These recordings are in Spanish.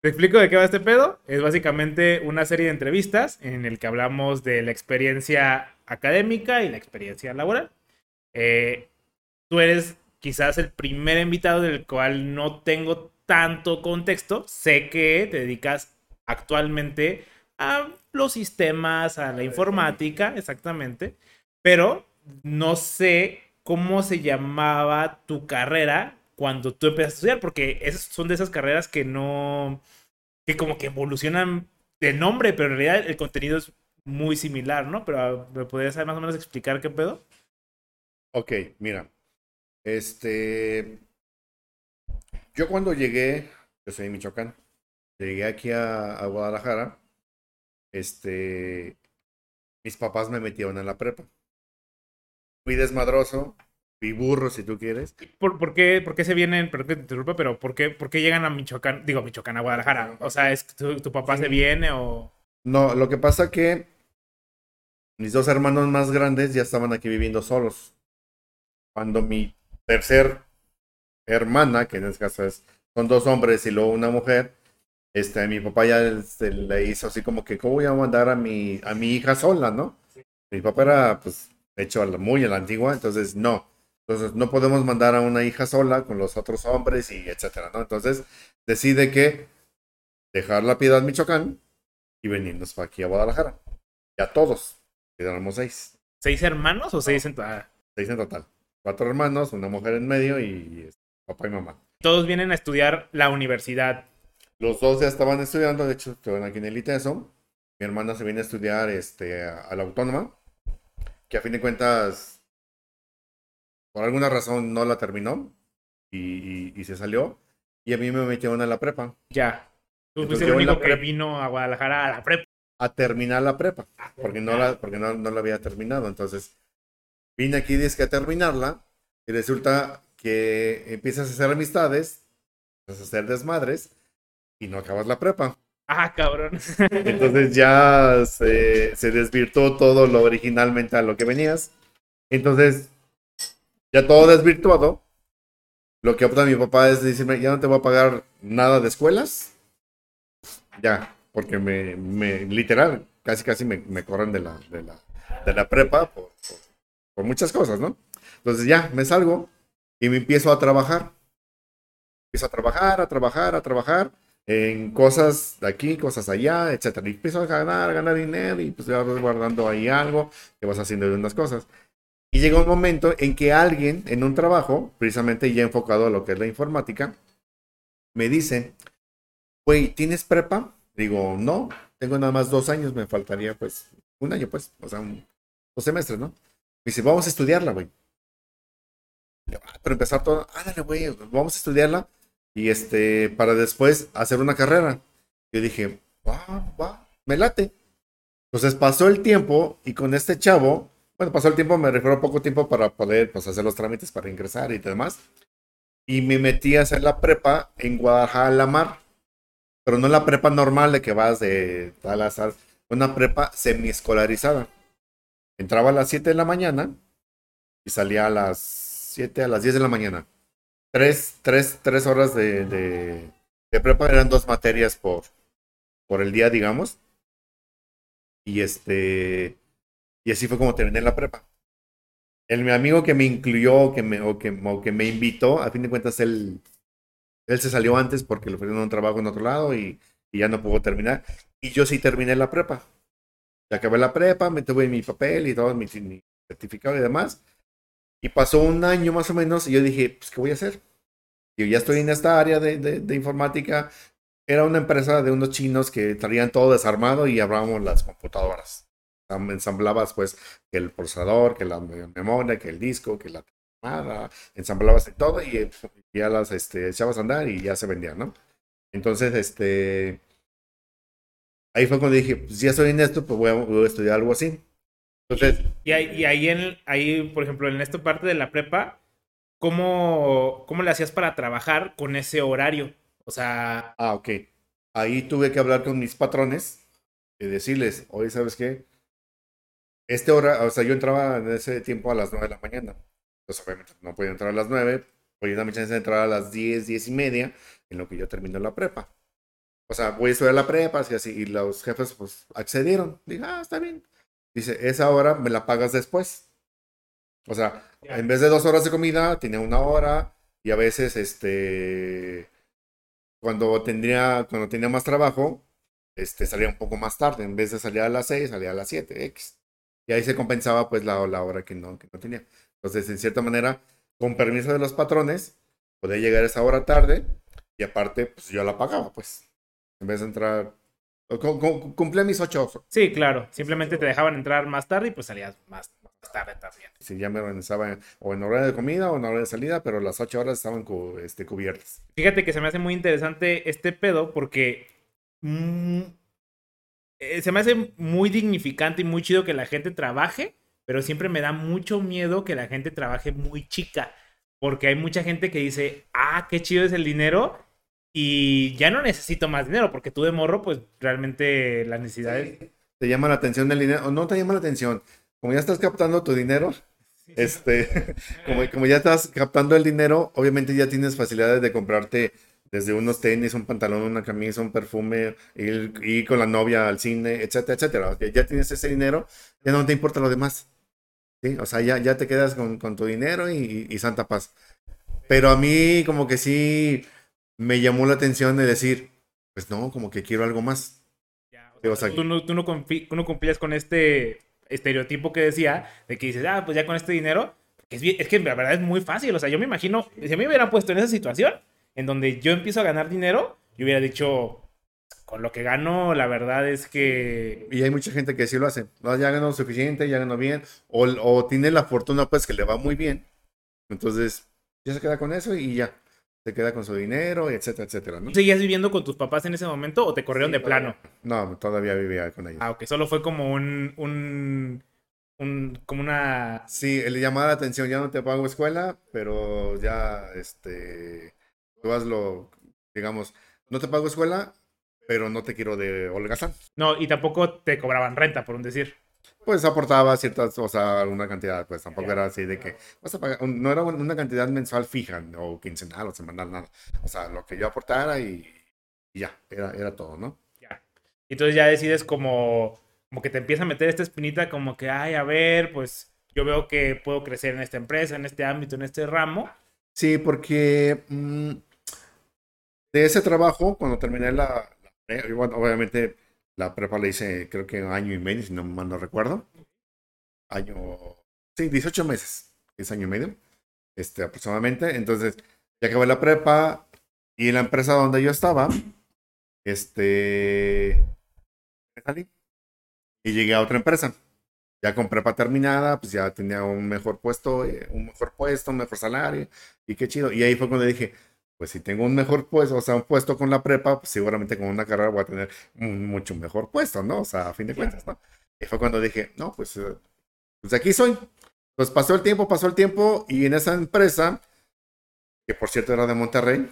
Te explico de qué va este pedo. Es básicamente una serie de entrevistas en el que hablamos de la experiencia académica y la experiencia laboral. Eh, Tú eres quizás el primer invitado del cual no tengo tanto contexto. Sé que te dedicas actualmente a los sistemas, a la informática, exactamente, pero no sé cómo se llamaba tu carrera cuando tú empezaste a estudiar, porque esas son de esas carreras que no, que como que evolucionan de nombre, pero en realidad el contenido es muy similar, ¿no? Pero ¿me podrías más o menos explicar qué pedo? Ok, mira, este, yo cuando llegué, yo soy de Michoacán, llegué aquí a Guadalajara, este, mis papás me metieron en la prepa. Fui desmadroso, fui burro si tú quieres. Por qué se vienen, perdón que te interrumpa, pero por qué llegan a Michoacán, digo, Michoacán, a Guadalajara? O sea, ¿es que tu papá se Sí. viene o...? No, lo que pasa que mis dos hermanos más grandes ya estaban aquí viviendo solos. Cuando mi tercer hermana, que en este caso son dos hombres y luego una mujer, mi papá ya le hizo así como que, ¿cómo voy a mandar a mi hija sola, no? Mi papá era, pues, hecho muy a la antigua, entonces no. Entonces no podemos mandar a una hija sola con los otros hombres y etcétera, ¿no? Entonces decide que dejar la Piedad, Michoacán, y venirnos para aquí a Guadalajara. Ya todos, quedamos seis. ¿Seis hermanos o seis en Seis en total. Cuatro hermanos, una mujer en medio y papá y mamá. todos vienen a estudiar la universidad? Los dos ya estaban estudiando, de hecho, estaban aquí en el ITESO. Mi hermana se viene a estudiar a la autónoma, que a fin de cuentas, por alguna razón no la terminó y se salió. Y a mí me metieron a la prepa. Ya. Tú fuiste Entonces el yo en la único que prepa, vino a Guadalajara a la prepa. a terminar la prepa, A porque terminar. no la había terminado. Entonces vine aquí, dizque a terminarla, y resulta que empiezas a hacer amistades, empiezas a hacer desmadres, y no acabas la prepa. Ah, cabrón. Entonces ya se desvirtuó todo lo originalmente a lo que venías. Entonces, ya todo desvirtuado, lo que opta mi papá es decirme, ya no te voy a pagar nada de escuelas, ya, porque literal, casi casi me corren de la prepa por muchas cosas, ¿no? Entonces ya, me salgo y me empiezo a trabajar. Empiezo a trabajar, a trabajar, a trabajar en cosas de aquí, cosas allá, etcétera. Y empiezo a ganar dinero y pues ya vas guardando ahí algo, que vas haciendo de unas cosas. Y llega un momento en que alguien en un trabajo, precisamente ya enfocado a lo que es la informática, me dice, güey, ¿tienes prepa? Digo, no, tengo nada más 2 años, me faltaría pues un año pues, o sea, 2 semestres, ¿no? Me dice, vamos a estudiarla, güey. Pero empezar todo, ándale, güey, vamos a estudiarla y para después hacer una carrera. Yo dije, va, me late. Entonces pasó el tiempo y con este chavo, bueno, pasó el tiempo, me refiero a poco tiempo para poder pues, hacer los trámites para ingresar y demás. Y me metí a hacer la prepa en Guadalajara la Mar, pero no la prepa normal de que vas de tal a tal, una prepa semiescolarizada. Entraba a las 7 de la mañana y salía a las 7 a las 10 de la mañana. Tres horas de prepa, eran dos materias por el día, digamos. Y y así fue como terminé la prepa. Mi amigo que me incluyó o que me invitó, a fin de cuentas, él se salió antes porque le ofrecieron un trabajo en otro lado y ya no pudo terminar. Y yo sí terminé la prepa. Ya acabé la prepa, me tuve mi papel y todo, mi certificado y demás. Y pasó un año más o menos y yo dije, pues, ¿qué voy a hacer? Yo ya estoy en esta área de informática. Era una empresa de unos chinos que traían todo desarmado y abrábamos las computadoras. Ensamblabas pues que el procesador, que la memoria, que el disco, que la nada, ensamblabas de todo y ya las echabas a andar y ya se vendían, ¿no? Entonces, ahí fue cuando dije, pues ya estoy en esto, pues voy a estudiar algo así. Entonces, Y ahí, ahí, por ejemplo, en esta parte de la prepa, ¿cómo le hacías para trabajar con ese horario? O sea, ok. Ahí tuve que hablar con mis patrones y decirles, oye, ¿sabes qué? O sea, yo entraba en ese tiempo a las 9 de la mañana. Entonces, obviamente, no podía entrar a las 9. Podía darme chance de entrar a las 10, 10 y media, en lo que yo termino la prepa. O sea, voy a estudiar la prepa, así, así. Y los jefes, pues, accedieron. Dije, está bien. Dice, esa hora me la pagas después. O sea, en vez de 2 horas de comida, tenía 1 hora. Y a veces, cuando tenía más trabajo, salía un poco más tarde. En vez de salir a las 6, salía a las 7, X. Y ahí se compensaba, pues, la hora que no tenía. Entonces, en cierta manera, con permiso de los patrones, podía llegar a esa hora tarde. Y aparte, pues, yo la pagaba, pues. En vez de entrar. Cumplía mis 8 horas. Sí, claro. Simplemente te dejaban entrar más tarde y pues salías más tarde también. Si ya me organizaba o en hora de comida o en hora de salida, pero las 8 horas estaban cubiertas. Fíjate que se me hace muy interesante este pedo porque mm, se me hace muy dignificante y muy chido que la gente trabaje, pero siempre me da mucho miedo que la gente trabaje muy chica, porque hay mucha gente que dice, qué chido es el dinero y ya no necesito más dinero, porque tú de morro, pues realmente las necesidades... Sí. ¿Te llama la atención el dinero o no te llama la atención? Como ya estás captando tu dinero, como ya estás captando el dinero, obviamente ya tienes facilidades de comprarte desde unos tenis, un pantalón, una camisa, un perfume, ir con la novia al cine, etcétera, etcétera. Ya tienes ese dinero, ya no te importa lo demás. ¿Sí? O sea, ya te quedas con tu dinero y santa paz. Pero a mí como que sí me llamó la atención de decir, pues no, como que quiero algo más. Ya, Sí, o o sea, sea, tú no cumplías con este estereotipo que decía de que dices, pues ya con este dinero, es que la verdad es muy fácil. O sea, yo me imagino, si a mí me hubieran puesto en esa situación, en donde yo empiezo a ganar dinero, yo hubiera dicho, con lo que gano, la verdad es que... y hay mucha gente que sí lo hace. No, ya ganó suficiente, ya ganó bien, o tiene la fortuna pues que le va muy bien. Entonces, ya se queda con eso y ya. Se queda con su dinero, etcétera, etcétera, ¿no? ¿Tú seguías viviendo con tus papás en ese momento o te corrieron Sí, de plano? no, todavía vivía con ellos. Ok, solo fue como como una... Sí, le llamaba la atención, ya no te pago escuela, pero ya, tú hazlo, digamos, no te pago escuela, pero no te quiero de holgazán. No, y tampoco te cobraban renta, por un decir. Pues aportaba ciertas, o sea, alguna cantidad, pues tampoco Ya. era así de que vas a pagar, no era una cantidad mensual fija, o quincenal, o semanal, nada. O sea, lo que yo aportara y ya, era todo, ¿no? Ya. Y entonces ya decides como que te empieza a meter esta espinita como que, a ver, pues yo veo que puedo crecer en esta empresa, en este ámbito, en este ramo. Sí, porque de ese trabajo, cuando terminé bueno, obviamente la prepa la hice creo que 1 año y medio, si no mal no recuerdo. Año, sí, 18 meses, es año y medio, aproximadamente. Entonces, ya acabé la prepa y en la empresa donde yo estaba, me salí y llegué a otra empresa. Ya con prepa terminada, pues ya tenía un mejor puesto, un mejor salario y qué chido. Y ahí fue cuando dije, pues si tengo un mejor puesto, o sea, un puesto con la prepa, pues seguramente con una carrera voy a tener un mucho mejor puesto, ¿no? O sea, a fin de cuentas, ¿no? Y fue cuando dije, no, pues aquí soy. Pues pasó el tiempo y en esa empresa, que por cierto era de Monterrey,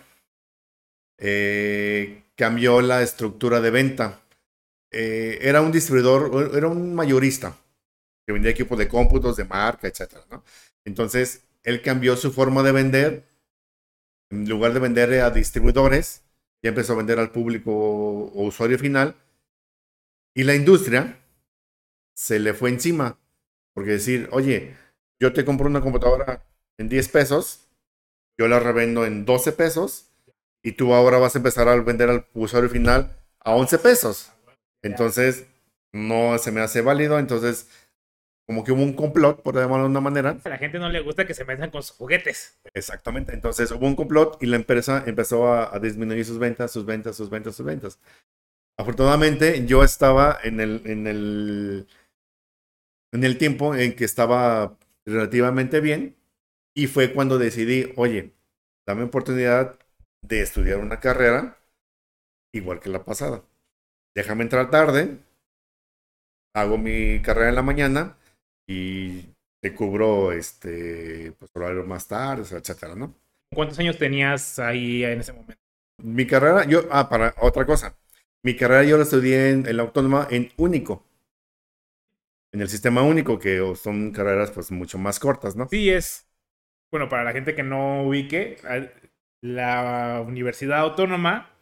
cambió la estructura de venta. Era un distribuidor, era un mayorista que vendía equipos de cómputos, de marca, etcétera, ¿no? Entonces, él cambió su forma de vender. En lugar de vender a distribuidores, ya empezó a vender al público o usuario final. Y la industria se le fue encima. Porque decir, oye, yo te compro una computadora en 10 pesos, yo la revendo en 12 pesos, y tú ahora vas a empezar a vender al usuario final a 11 pesos. Entonces, no se me hace válido. Entonces, como que hubo un complot, por llamarlo de una manera. A la gente no le gusta que se metan con sus juguetes. Exactamente. Entonces, hubo un complot y la empresa empezó a disminuir sus ventas, sus ventas, sus ventas, sus ventas. Afortunadamente, yo estaba en el tiempo en que estaba relativamente bien y fue cuando decidí, oye, dame oportunidad de estudiar una carrera igual que la pasada. Déjame entrar tarde, hago mi carrera en la mañana y te cubro pues horario más tarde, etcétera, ¿no? ¿Cuántos años tenías ahí en ese momento? Mi carrera, para otra cosa, mi carrera yo la estudié en la autónoma en único, en el sistema único, que son carreras pues mucho más cortas, ¿no? Sí, bueno, para la gente que no ubique, la Universidad Autónoma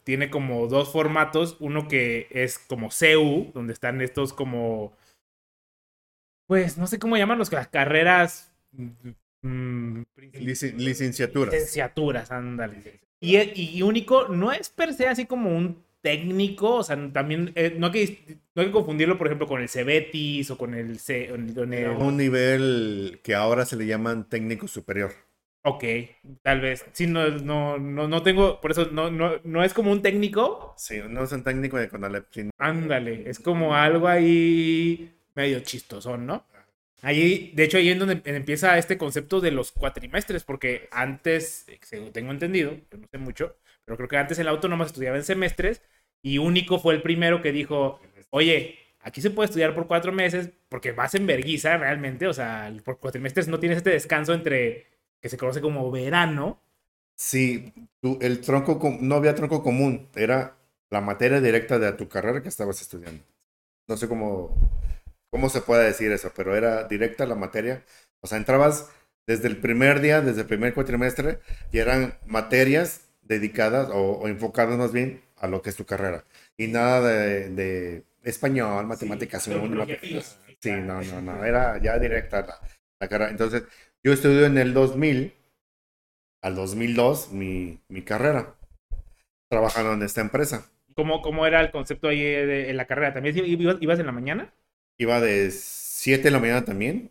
tiene como dos formatos. Uno que es como CU, donde están estos como, pues no sé cómo llaman las carreras. mm, Licenciaturas. Licenciaturas, ándale. Y único no es per se así como un técnico, o sea, también no hay que confundirlo, por ejemplo, con el Cebetis o con el Un nivel que ahora se le llaman técnico superior. Ok, tal vez. Sí, no tengo, por eso no es como un técnico. Sí, no es un técnico de Conalep. Ándale, es como algo ahí medio chistosón, ¿no? Ahí, de hecho, ahí es donde empieza este concepto de los cuatrimestres, porque antes, según tengo entendido, yo no sé mucho, pero creo que antes el auto nomás estudiaba en semestres y Único fue el primero que dijo, oye, aquí se puede estudiar por 4 meses porque vas en verguiza realmente, o sea, por cuatrimestres no tienes este descanso entre que se conoce como verano. Sí, el no había tronco común, era la materia directa de tu carrera que estabas estudiando. No sé cómo se puede decir eso, pero era directa la materia. O sea, entrabas desde el primer día, desde el primer cuatrimestre, y eran materias dedicadas o enfocadas más bien a lo que es tu carrera. Y nada de español, matemáticas. Sí, Sí, no, era ya directa la carrera. Entonces, yo estudié en el 2000 al 2002 mi carrera, trabajando en esta empresa. ¿Cómo era el concepto ahí en la carrera? ¿También ibas en la mañana? Iba de 7 de la mañana también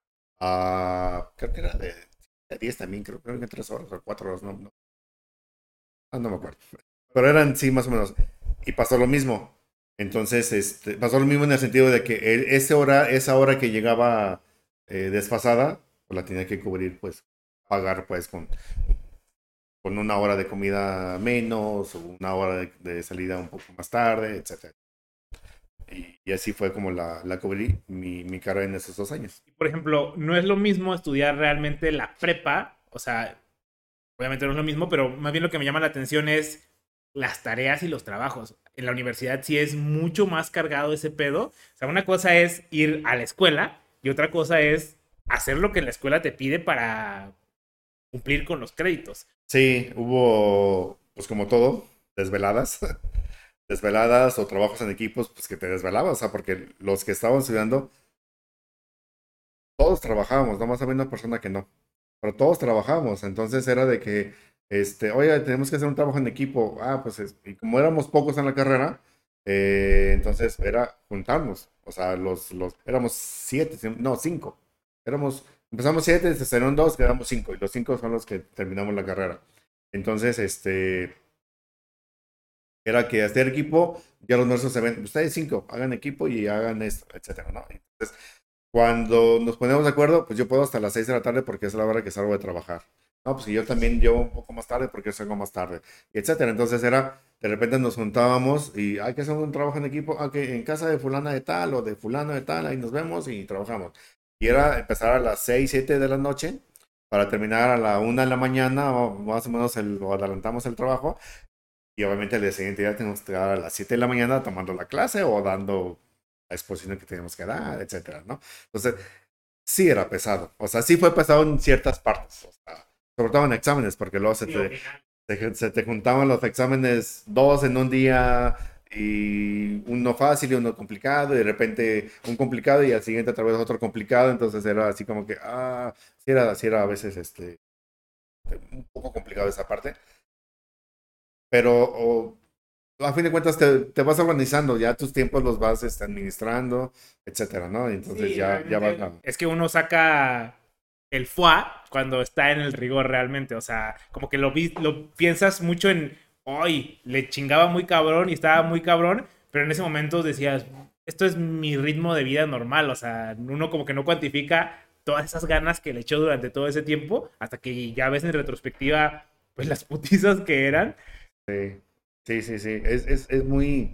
creo que era de 10 también, creo que 3 horas o 4 horas, no me acuerdo. Pero eran, sí, más o menos. Y pasó lo mismo. Entonces, pasó lo mismo en el sentido de que esa hora que llegaba desfasada, pues la tenía que cubrir, pues, pagar, pues, con una hora de comida menos, o una hora de salida un poco más tarde, etcétera. Y así fue como la cubrí mi carrera en esos 2 años. Por ejemplo, no es lo mismo estudiar realmente la prepa, o sea, obviamente no es lo mismo, pero más bien lo que me llama la atención es las tareas y los trabajos. En la universidad sí es mucho más cargado ese pedo. O sea, una cosa es ir a la escuela y otra cosa es hacer lo que la escuela te pide para cumplir con los créditos. Sí, hubo, pues como todo, desveladas. Desveladas o trabajos en equipos, pues que te desvelabas, o sea, porque los que estaban estudiando, todos trabajábamos, no más había una persona que no, pero todos trabajábamos, entonces era de que, oye, tenemos que hacer un trabajo en equipo, pues, y como éramos pocos en la carrera, entonces era juntarnos, o sea, éramos 7, no, 5, empezamos 7, se salieron 2, quedamos 5, y los 5 son los que terminamos la carrera. Entonces, era que hacer equipo, ya los nuestros se ven, ustedes 5, hagan equipo y hagan esto, etcétera, ¿no? Entonces, cuando nos ponemos de acuerdo, pues yo puedo hasta las 6 de la tarde porque es la hora que salgo de trabajar. No, pues y yo también llevo un poco más tarde porque yo salgo más tarde, y etcétera. Entonces de repente nos juntábamos y hay que hacer un trabajo en equipo, que en casa de fulana de tal o de fulano de tal, ahí nos vemos y trabajamos. Y era empezar a las 6, 7 de la noche para terminar a la 1 de la mañana, o más o menos o adelantamos el trabajo, y obviamente el día siguiente ya tenemos que estar a las 7 de la mañana tomando la clase o dando la exposición que teníamos que dar, etcétera, ¿no? Entonces, sí era pesado. O sea, sí fue pesado en ciertas partes. O sea, sobre todo en exámenes, porque luego se te juntaban los exámenes dos en un día y uno fácil y uno complicado, y de repente un complicado y al siguiente otra vez otro complicado. Entonces era así como que, sí era a veces un poco complicado esa parte. Pero a fin de cuentas te vas organizando, ya tus tiempos los vas administrando, etcétera, ¿no? Entonces Sí, ya vas. realmente es que uno saca el foie cuando está en el rigor realmente. O sea, como que lo piensas mucho en, hoy le chingaba muy cabrón y estaba muy cabrón, pero en ese momento decías, esto es mi ritmo de vida normal. O sea, uno como que no cuantifica todas esas ganas que le echó durante todo ese tiempo, hasta que ya ves en retrospectiva, pues las putizas que eran. Sí. Es muy.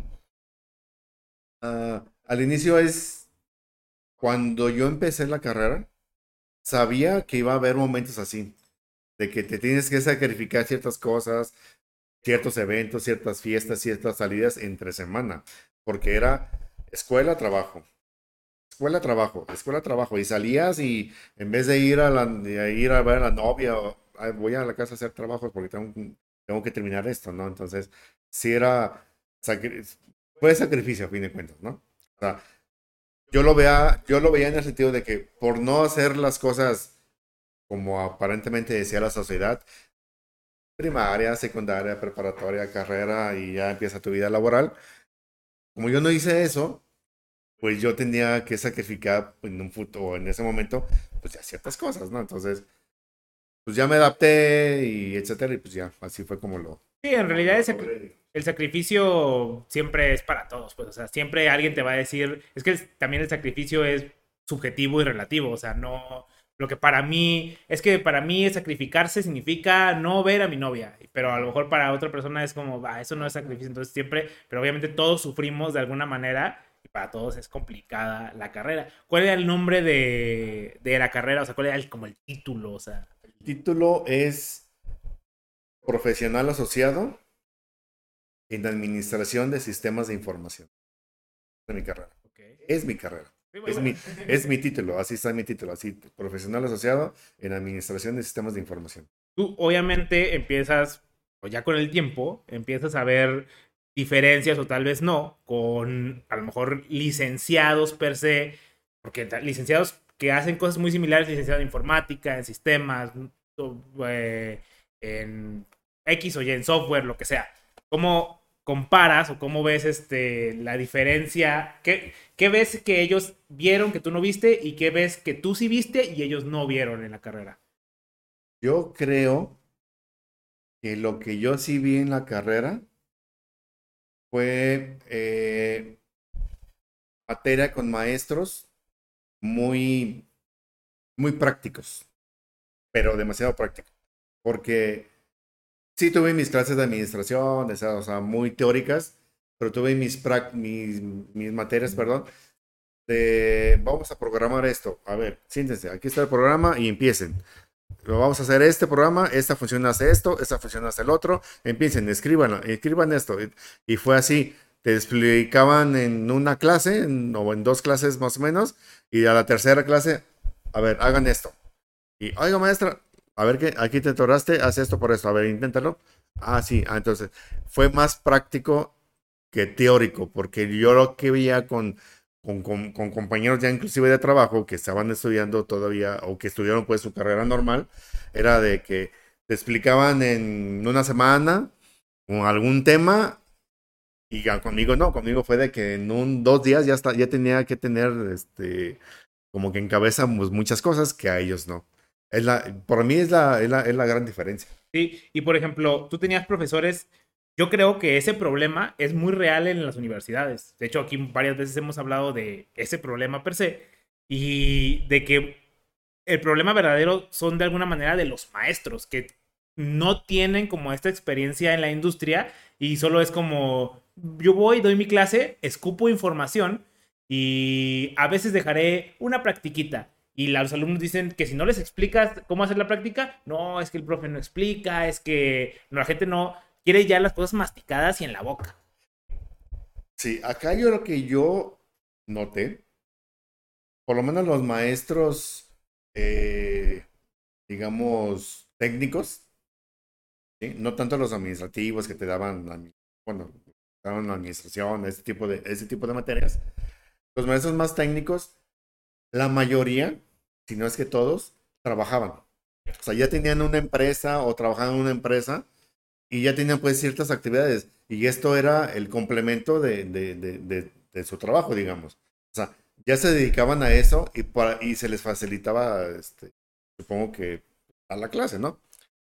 Al inicio es cuando yo empecé la carrera, sabía que iba a haber momentos así, de que te tienes que sacrificar ciertas cosas, ciertos eventos, ciertas fiestas, ciertas salidas entre semana, porque era escuela, trabajo, escuela, trabajo, escuela, trabajo, y salías y en vez de ir a ver a la novia, voy a la casa a hacer trabajos porque tengo tengo que terminar esto, ¿no? Entonces, sí era, fue sacrificio a fin de cuentas, ¿no? O sea, yo lo veía en el sentido de que por no hacer las cosas como aparentemente decía la sociedad, primaria, secundaria, preparatoria, carrera y ya empieza tu vida laboral. Como yo no hice eso, pues yo tenía que sacrificar en un futuro, en ese momento, pues ya ciertas cosas, ¿no? Entonces, pues ya me adapté y etcétera, y pues ya, así fue como Sí, en realidad logré. el sacrificio siempre es para todos, pues, o sea, siempre alguien te va a decir, es que también el sacrificio es subjetivo y relativo, o sea, no, lo que para mí, es que para mí sacrificarse significa no ver a mi novia, pero a lo mejor para otra persona es como, va, eso no es sacrificio, entonces siempre, pero obviamente todos sufrimos de alguna manera y para todos es complicada la carrera. ¿Cuál era el nombre de la carrera? O sea, ¿cuál era como el título? O sea, Título es profesional asociado en administración de sistemas de información. De mi carrera. ok. Es mi carrera. Sí, Es bueno. mi, es mi título, así está mi título, así, profesional asociado en administración de sistemas de información. Tú obviamente empiezas, o ya con el tiempo, empiezas a ver diferencias o tal vez no, con a lo mejor licenciados per se, porque licenciados que hacen cosas muy similares, licenciado en informática, en sistemas, en X o Y, en software, lo que sea. ¿Cómo comparas o cómo ves la diferencia? ¿Qué ves que ellos vieron que tú no viste y qué ves que tú sí viste y ellos no vieron en la carrera? Yo creo que lo que yo sí vi en la carrera fue materia con maestros muy, muy prácticos, pero demasiado prácticos. Porque sí tuve mis clases de administración, o sea, muy teóricas, pero tuve mis materias, perdón, de vamos a programar esto. A ver, siéntense, aquí está el programa y empiecen. Lo vamos a hacer este programa, esta función hace esto, esta función hace el otro. Empiecen, escriban esto. Y fue así. Te explicaban en una clase o en dos clases más o menos, y a la tercera clase, a ver, hagan esto. Y, oiga, maestra, a ver, que aquí te atoraste, haz esto por esto, a ver, inténtalo. Ah, sí, entonces fue más práctico que teórico, porque yo lo que veía con compañeros ya inclusive de trabajo que estaban estudiando todavía o que estudiaron pues su carrera normal, era de que te explicaban en una semana con algún tema y ya conmigo no, conmigo fue de que en 2 días ya tenía que tener como que en cabeza pues, muchas cosas que a ellos no. Por mí es la gran diferencia. Sí, y por ejemplo, tú tenías profesores, yo creo que ese problema es muy real en las universidades. De hecho, aquí varias veces hemos hablado de ese problema per se y de que el problema verdadero son de alguna manera de los maestros, que no tienen como esta experiencia en la industria y solo es como, yo voy, doy mi clase, escupo información y a veces dejaré una practiquita. Y los alumnos dicen que si no les explicas cómo hacer la práctica, no, es que el profe no explica, es que no, la gente no quiere ya las cosas masticadas y en la boca. Sí, acá yo lo que yo noté, por lo menos los maestros, eh, digamos, técnicos, ¿sí? No tanto los administrativos que te daban, bueno, te daban la administración, ese tipo de materias. Los maestros más técnicos, la mayoría, si no es que todos, trabajaban. O sea, ya tenían una empresa o trabajaban en una empresa y ya tenían pues ciertas actividades. Y esto era el complemento de su trabajo, digamos. O sea, ya se dedicaban a eso y se les facilitaba, supongo que a la clase, ¿no?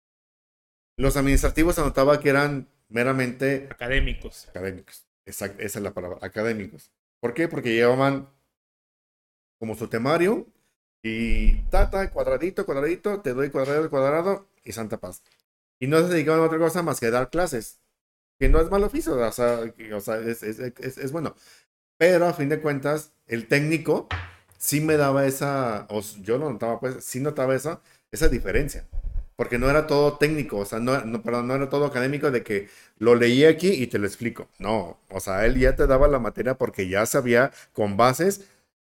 Los administrativos se notaba que eran meramente Académicos. académicos. Exacto, esa es la palabra, académicos. ¿Por qué? Porque llevaban como su temario y cuadradito, cuadradito, te doy cuadrado, cuadrado y santa paz. Y no se dedicaban a otra cosa más que dar clases, que no es mal oficio, o sea, es bueno. Pero a fin de cuentas, el técnico sí me daba yo lo notaba, pues, sí notaba esa diferencia. Porque no era todo técnico, o sea, perdón, no era todo académico de que lo leí aquí y te lo explico. No, o sea, él ya te daba la materia porque ya sabía con bases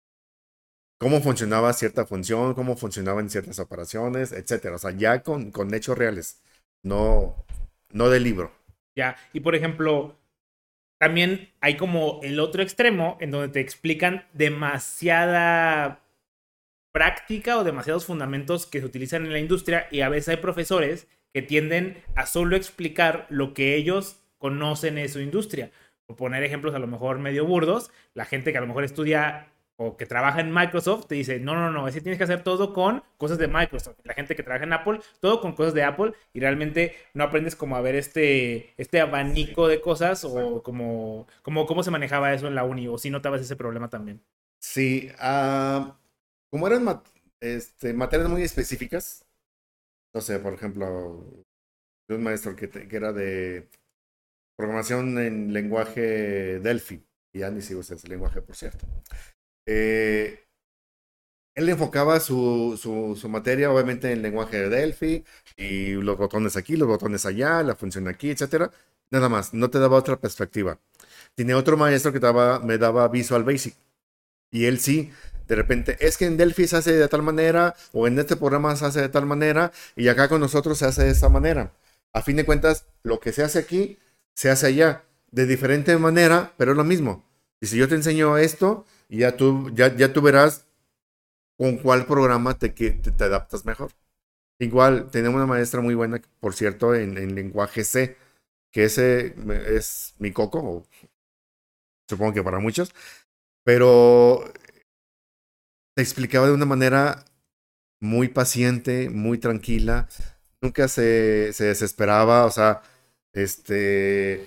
cómo funcionaba cierta función, cómo funcionaban ciertas operaciones, etcétera. O sea, ya con hechos reales. No, no de libro. Ya, y por ejemplo, también hay como el otro extremo en donde te explican demasiada práctica o demasiados fundamentos que se utilizan en la industria y a veces hay profesores que tienden a solo explicar lo que ellos conocen en su industria. Por poner ejemplos a lo mejor medio burdos, la gente que a lo mejor estudia o que trabaja en Microsoft te dice, no, no, no, es que tienes que hacer todo con cosas de Microsoft. La gente que trabaja en Apple, todo con cosas de Apple y realmente no aprendes como a ver este abanico de cosas o como cómo se manejaba eso en la uni o si notabas ese problema también. Sí, como eran materias muy específicas, no sé, por ejemplo, de un maestro que era de programación en lenguaje Delphi, y ya ni si usa ese lenguaje, por cierto. Eh, Él enfocaba su materia, obviamente, en lenguaje de Delphi, y los botones aquí, los botones allá, la función aquí, etcétera. Nada más, no te daba otra perspectiva. Tiene otro maestro que me daba Visual Basic, y él sí, de repente, es que en Delphi se hace de tal manera, o en este programa se hace de tal manera, y acá con nosotros se hace de esta manera. A fin de cuentas, lo que se hace aquí, se hace allá, de diferente manera, pero es lo mismo. Y si yo te enseño esto, ya tú verás con cuál programa te adaptas mejor. Igual, tenemos una maestra muy buena, por cierto, en lenguaje C, que ese es mi coco, o supongo que para muchos, pero te explicaba de una manera muy paciente, muy tranquila, nunca se desesperaba, o sea, este,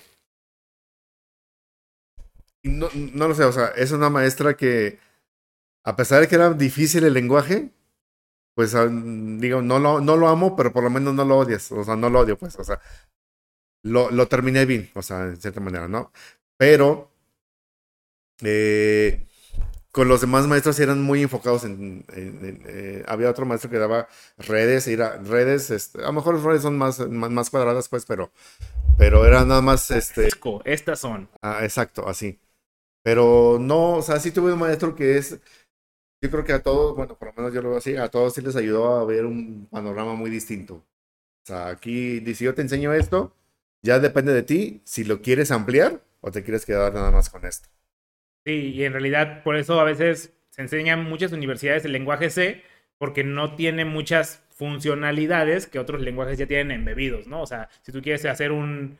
no lo sé, o sea, es una maestra que, a pesar de que era difícil el lenguaje, pues digo, no lo amo, pero por lo menos no lo odias, o sea, no lo odio, pues, o sea, lo terminé bien, o sea, de cierta manera, ¿no? Pero eh, con los demás maestros sí eran muy enfocados había otro maestro que daba redes, redes, a lo mejor las redes son más cuadradas, pues, pero era nada más, Estas son. exacto, así. Pero no, o sea, sí tuve un maestro que yo creo que a todos, bueno, por lo menos yo lo veo así, a todos sí les ayudó a ver un panorama muy distinto. O sea, aquí, si yo te enseño esto, ya depende de ti si lo quieres ampliar o te quieres quedar nada más con esto. Sí, y en realidad por eso a veces se enseñan en muchas universidades el lenguaje C, porque no tiene muchas funcionalidades que otros lenguajes ya tienen embebidos, ¿no? O sea, si tú quieres hacer un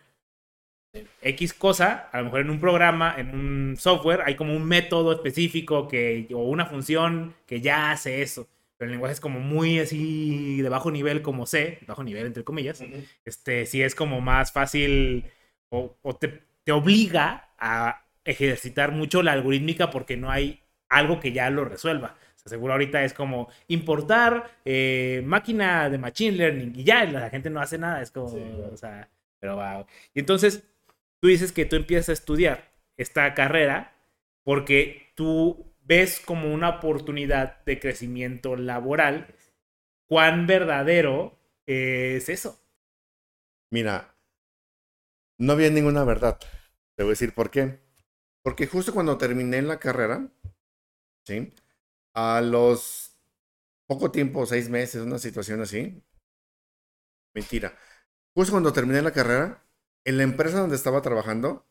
X cosa, a lo mejor en un programa, en un software, hay como un método específico o una función que ya hace eso. Pero el lenguaje es como muy así de bajo nivel como C, bajo nivel entre comillas. Ujú. Sí es como más fácil o te obliga a ejercitar mucho la algorítmica porque no hay algo que ya lo resuelva. O sea, seguro ahorita es como importar máquina de machine learning y ya la gente no hace nada. Es como, Sí, o claro. sea, pero wow. Y entonces tú dices que tú empiezas a estudiar esta carrera porque tú ves como una oportunidad de crecimiento laboral. ¿Cuán verdadero es eso? Mira, no había ninguna verdad. Te voy a decir por qué. Porque justo cuando terminé la carrera, ¿sí? A los poco tiempo, 6 meses, una situación así, mentira. Justo cuando terminé la carrera, en la empresa donde estaba trabajando,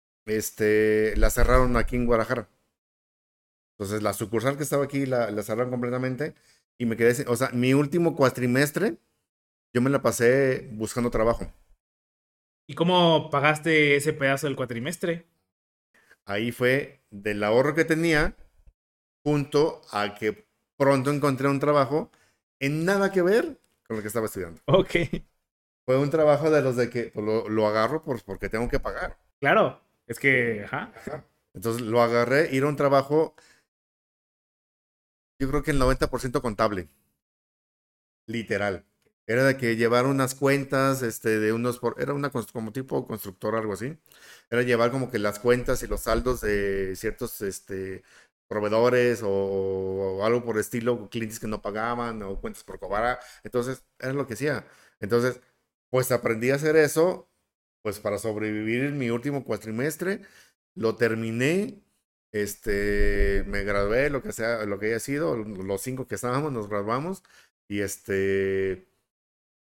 la cerraron aquí en Guadalajara. Entonces, la sucursal que estaba aquí la cerraron completamente y me quedé, o sea, mi último cuatrimestre, yo me la pasé buscando trabajo. ¿Y cómo pagaste ese pedazo del cuatrimestre? Ahí fue del ahorro que tenía, junto a que pronto encontré un trabajo en nada que ver con lo que estaba estudiando. Ok, Fue un trabajo de los de que pues, lo agarro porque tengo que pagar. claro. Es Sí. que, ajá. Ajá. Entonces lo agarré y era un trabajo, yo creo que el 90% contable, literal. Era de que llevar unas cuentas, de era una como tipo constructor, algo así. Era llevar como que las cuentas y los saldos de ciertos, proveedores o algo por el estilo, clientes que no pagaban o cuentas por cobrar. Entonces, era lo que hacía. Entonces, pues aprendí a hacer eso, pues para sobrevivir en mi último cuatrimestre. Lo terminé, me gradué, lo que sea, lo que haya sido, los 5 que estábamos, nos graduamos y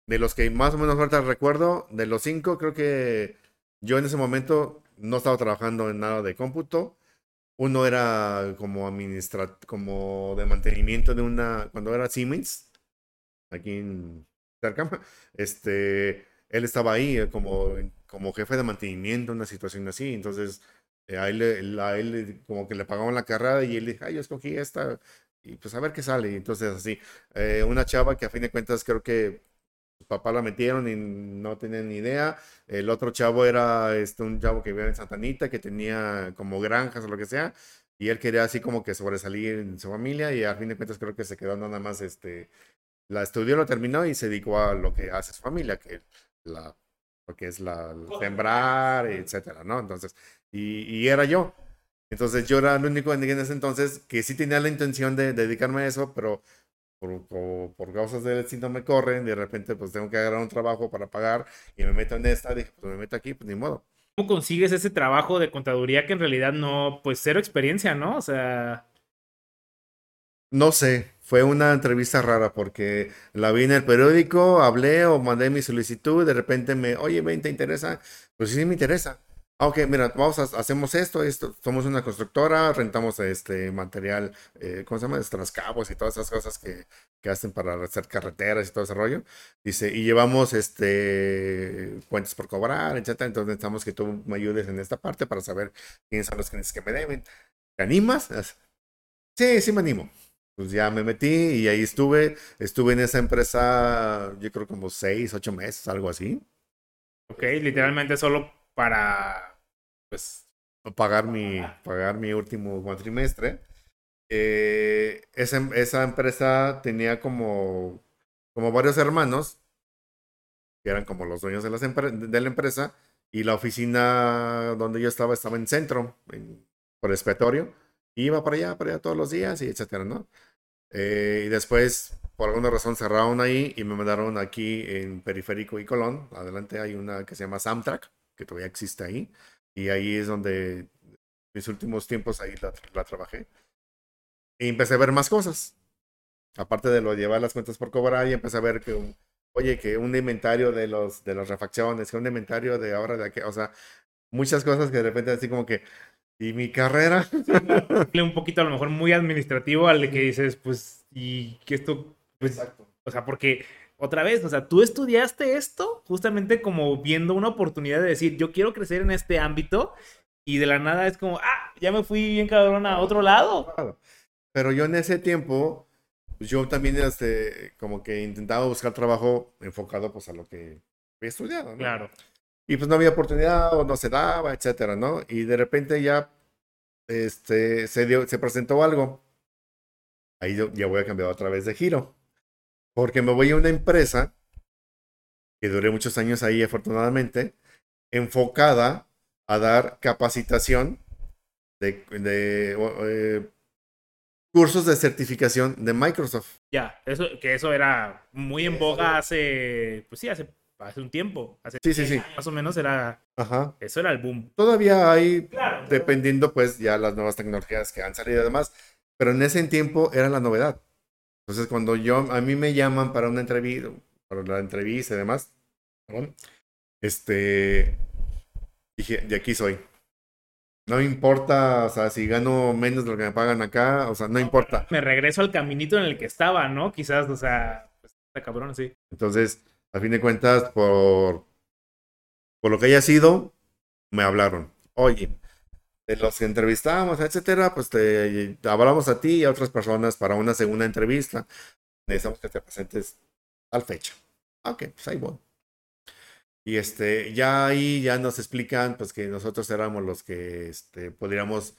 de los que más o menos ahorita recuerdo, de los 5, creo que yo en ese momento no estaba trabajando en nada de cómputo. Uno era como como de mantenimiento de cuando era Siemens, aquí en cerca, él estaba ahí como jefe de mantenimiento, una situación así. Entonces, como que le pagaban la carrera y él dijo, ay, yo escogí esta y pues a ver qué sale. Y entonces, así, una chava que a fin de cuentas creo que su papá la metieron y no tenían ni idea. El otro chavo era un chavo que vivía en Santa Anita, que tenía como granjas o lo que sea. Y él quería así como que sobresalir en su familia y a fin de cuentas creo que se quedó nada más la estudió, lo terminó y se dedicó a lo que hace su familia, la, lo que es sembrar, etcétera, ¿no? Entonces, y era yo. Entonces yo era el único en ese entonces que sí tenía la intención de dedicarme a eso, pero por causas del destino me corren, de repente pues tengo que agarrar un trabajo para pagar y me meto en esta, dije, pues me meto aquí, pues ni modo. ¿Cómo consigues ese trabajo de contaduría que en realidad no, pues cero experiencia, ¿no? O sea, No sé, fue una entrevista rara porque la vi en el periódico, hablé o mandé mi solicitud, de repente oye, ven, ¿te interesa? Pues sí, me interesa. Ah, ok, mira, hacemos esto, somos una constructora, rentamos material, ¿cómo se llama? Trascabos y todas esas cosas que hacen para hacer carreteras y todo ese rollo. Dice, y llevamos cuentas por cobrar, etcétera. Entonces necesitamos que tú me ayudes en esta parte para saber quiénes son los clientes que me deben. ¿Te animas? Sí, sí me animo. Pues ya me metí y ahí estuve en esa empresa, yo creo como 6, 8 meses, algo así. ok, literalmente solo para, pues, Pagar mi último cuatrimestre. Esa empresa tenía como varios hermanos, que eran como los dueños de la empresa, y la oficina donde yo estaba en centro, por expiatorio. Iba para allá todos los días y etcétera, ¿no? Y después, por alguna razón, cerraron ahí y me mandaron aquí en Periférico y Colón. Adelante hay una que se llama Samtrack, que todavía existe ahí. Y ahí es donde mis últimos tiempos ahí la trabajé. Y empecé a ver más cosas. Aparte de lo de llevar las cuentas por cobrar, y empecé a ver oye, que un inventario de las refacciones, que un inventario de ahora de aquí, o sea, muchas cosas que de repente así como que, ¿y mi carrera? un poquito a lo mejor muy administrativo al de que dices, pues, y que esto, pues, Exacto. o sea, porque otra vez, o sea, tú estudiaste esto justamente como viendo una oportunidad de decir, yo quiero crecer en este ámbito y de la nada es como, ah, ya me fui bien cabrón a otro lado. Claro. Pero yo en ese tiempo, pues yo también como que intentaba buscar trabajo enfocado pues a lo que había estudiado, ¿no? Claro. Y pues no había oportunidad o no se daba, etcétera, ¿no? Y de repente ya se presentó algo. Ahí yo ya voy a cambiar otra vez de giro. Porque me voy a una empresa que duré muchos años ahí, afortunadamente, enfocada a dar capacitación de cursos de certificación de Microsoft. Ya, eso era muy en boga hace, pues sí, hace un tiempo, hace Sí, sí, 10 sí. años más o menos era, Ajá. eso era el boom. Todavía hay, Claro. dependiendo pues ya las nuevas tecnologías que han salido y demás, pero en ese tiempo era la novedad. Entonces cuando a mí me llaman para la entrevista y demás, perdón, dije, de aquí soy. No me importa, o sea, si gano menos de lo que me pagan acá, o sea, no importa. Me regreso al caminito en el que estaba, ¿no? Quizás, o sea, pues, está cabrón, sí. Entonces, a fin de cuentas, por lo que haya sido, me hablaron. Oye, de los que entrevistamos, etcétera, pues te hablamos a ti y a otras personas para una segunda entrevista. Necesitamos que te presentes tal fecha. Ok, pues ahí voy. Y ya ahí ya nos explican pues que nosotros éramos los que podríamos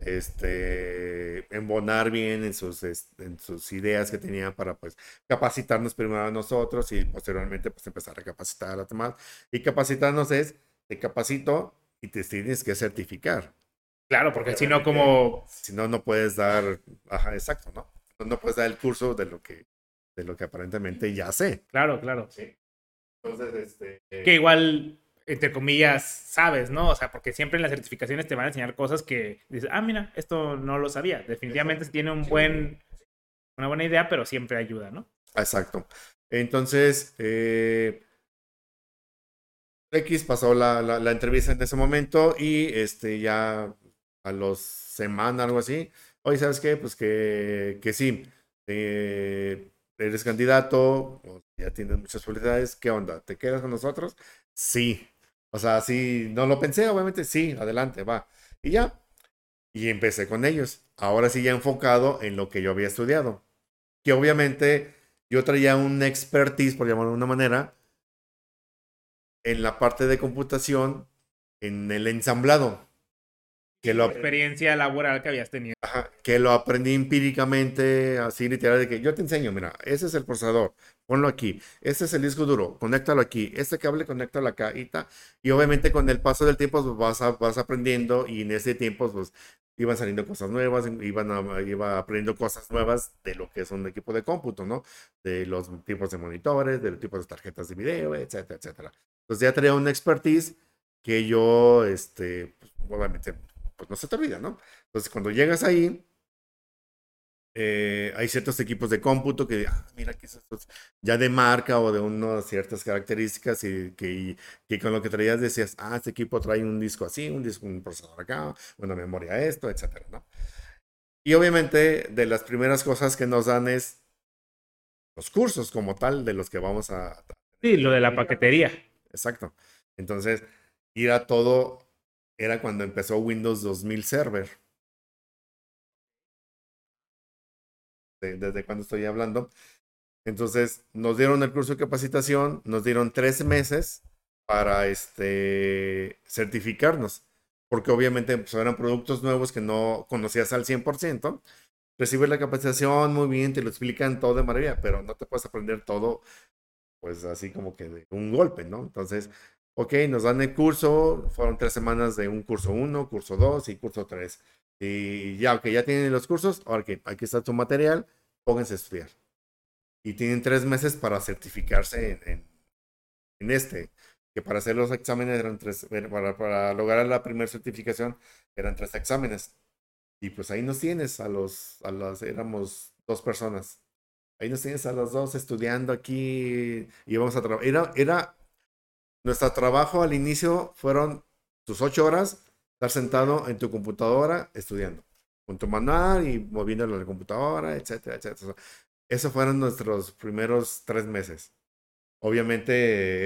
embonar bien en sus ideas que tenían para pues capacitarnos primero a nosotros y posteriormente pues empezar a capacitar a los demás. Y capacitarnos te capacito y te tienes que certificar. Claro, porque si no, como. Si no, no puedes dar, ajá, exacto, ¿no? No puedes dar el curso de lo que aparentemente ya sé. Claro, claro. Sí. Entonces, Que igual, entre comillas, sabes, ¿no? O sea, porque siempre en las certificaciones te van a enseñar cosas que dices, ah, mira, esto no lo sabía. Definitivamente tiene una buena idea, pero siempre ayuda, ¿no? exacto. Entonces, X pasó la entrevista en ese momento y ya a los semanas, algo así. Oye, ¿sabes qué? Pues que sí, eres candidato, o ya tienes muchas publicidades. ¿Qué onda? ¿Te quedas con nosotros? Sí. O sea, sí, no lo pensé, obviamente, sí, adelante, va. Y ya, y empecé con ellos. Ahora sí ya enfocado en lo que yo había estudiado. Que obviamente yo traía un expertise, por llamarlo de una manera, en la parte de computación, en el ensamblado, que lo, Experiencia laboral que habías tenido. ajá, que lo aprendí empíricamente, así literal, de que yo te enseño, mira, ese es el procesador, ponlo aquí, este es el disco duro, conéctalo aquí, este cable, conéctalo acá y ta. Y obviamente con el paso del tiempo pues, vas aprendiendo y en ese tiempo pues iban saliendo cosas nuevas, iba aprendiendo cosas nuevas de lo que es un equipo de cómputo, ¿no? De los tipos de monitores, de los tipos de tarjetas de video, etcétera, etcétera. Entonces ya traía una expertise que yo, pues, obviamente, pues no se te olvida, ¿no? Entonces, cuando llegas ahí, hay ciertos equipos de cómputo que, mira, que es esto, ya de marca o de unas ciertas características que con lo que traías decías, este equipo trae un disco así, un procesador acá, una memoria esto, etcétera, ¿no? Y obviamente, de las primeras cosas que nos dan es los cursos como tal de los que vamos a tener Sí, lo de que la paquetería. exacto. Entonces, ir a todo, era cuando empezó Windows 2000 Server. Desde cuando estoy hablando. Entonces, nos dieron el curso de capacitación, nos dieron 3 meses para certificarnos, porque obviamente pues, eran productos nuevos que no conocías al 100%. Recibes la capacitación, muy bien, te lo explican todo de maravilla, pero no te puedes aprender todo, pues así como que de un golpe, ¿no? Entonces, ok, nos dan el curso, fueron 3 semanas de un curso uno, curso 2 y curso 3. Y ya, ok, ya tienen los cursos, ahora que aquí está tu material, pónganse a estudiar y tienen 3 meses para certificarse en que para hacer los exámenes eran tres, para lograr la primera certificación eran 3 exámenes. Y pues ahí nos tienes éramos 2 personas. Ahí nos tienes a los dos estudiando aquí y vamos a trabajar. Nuestro trabajo al inicio fueron tus 8 horas, estar sentado en tu computadora estudiando, con tu manual y moviéndolo en la computadora, etcétera, etcétera. Esos fueron nuestros primeros 3 meses. Obviamente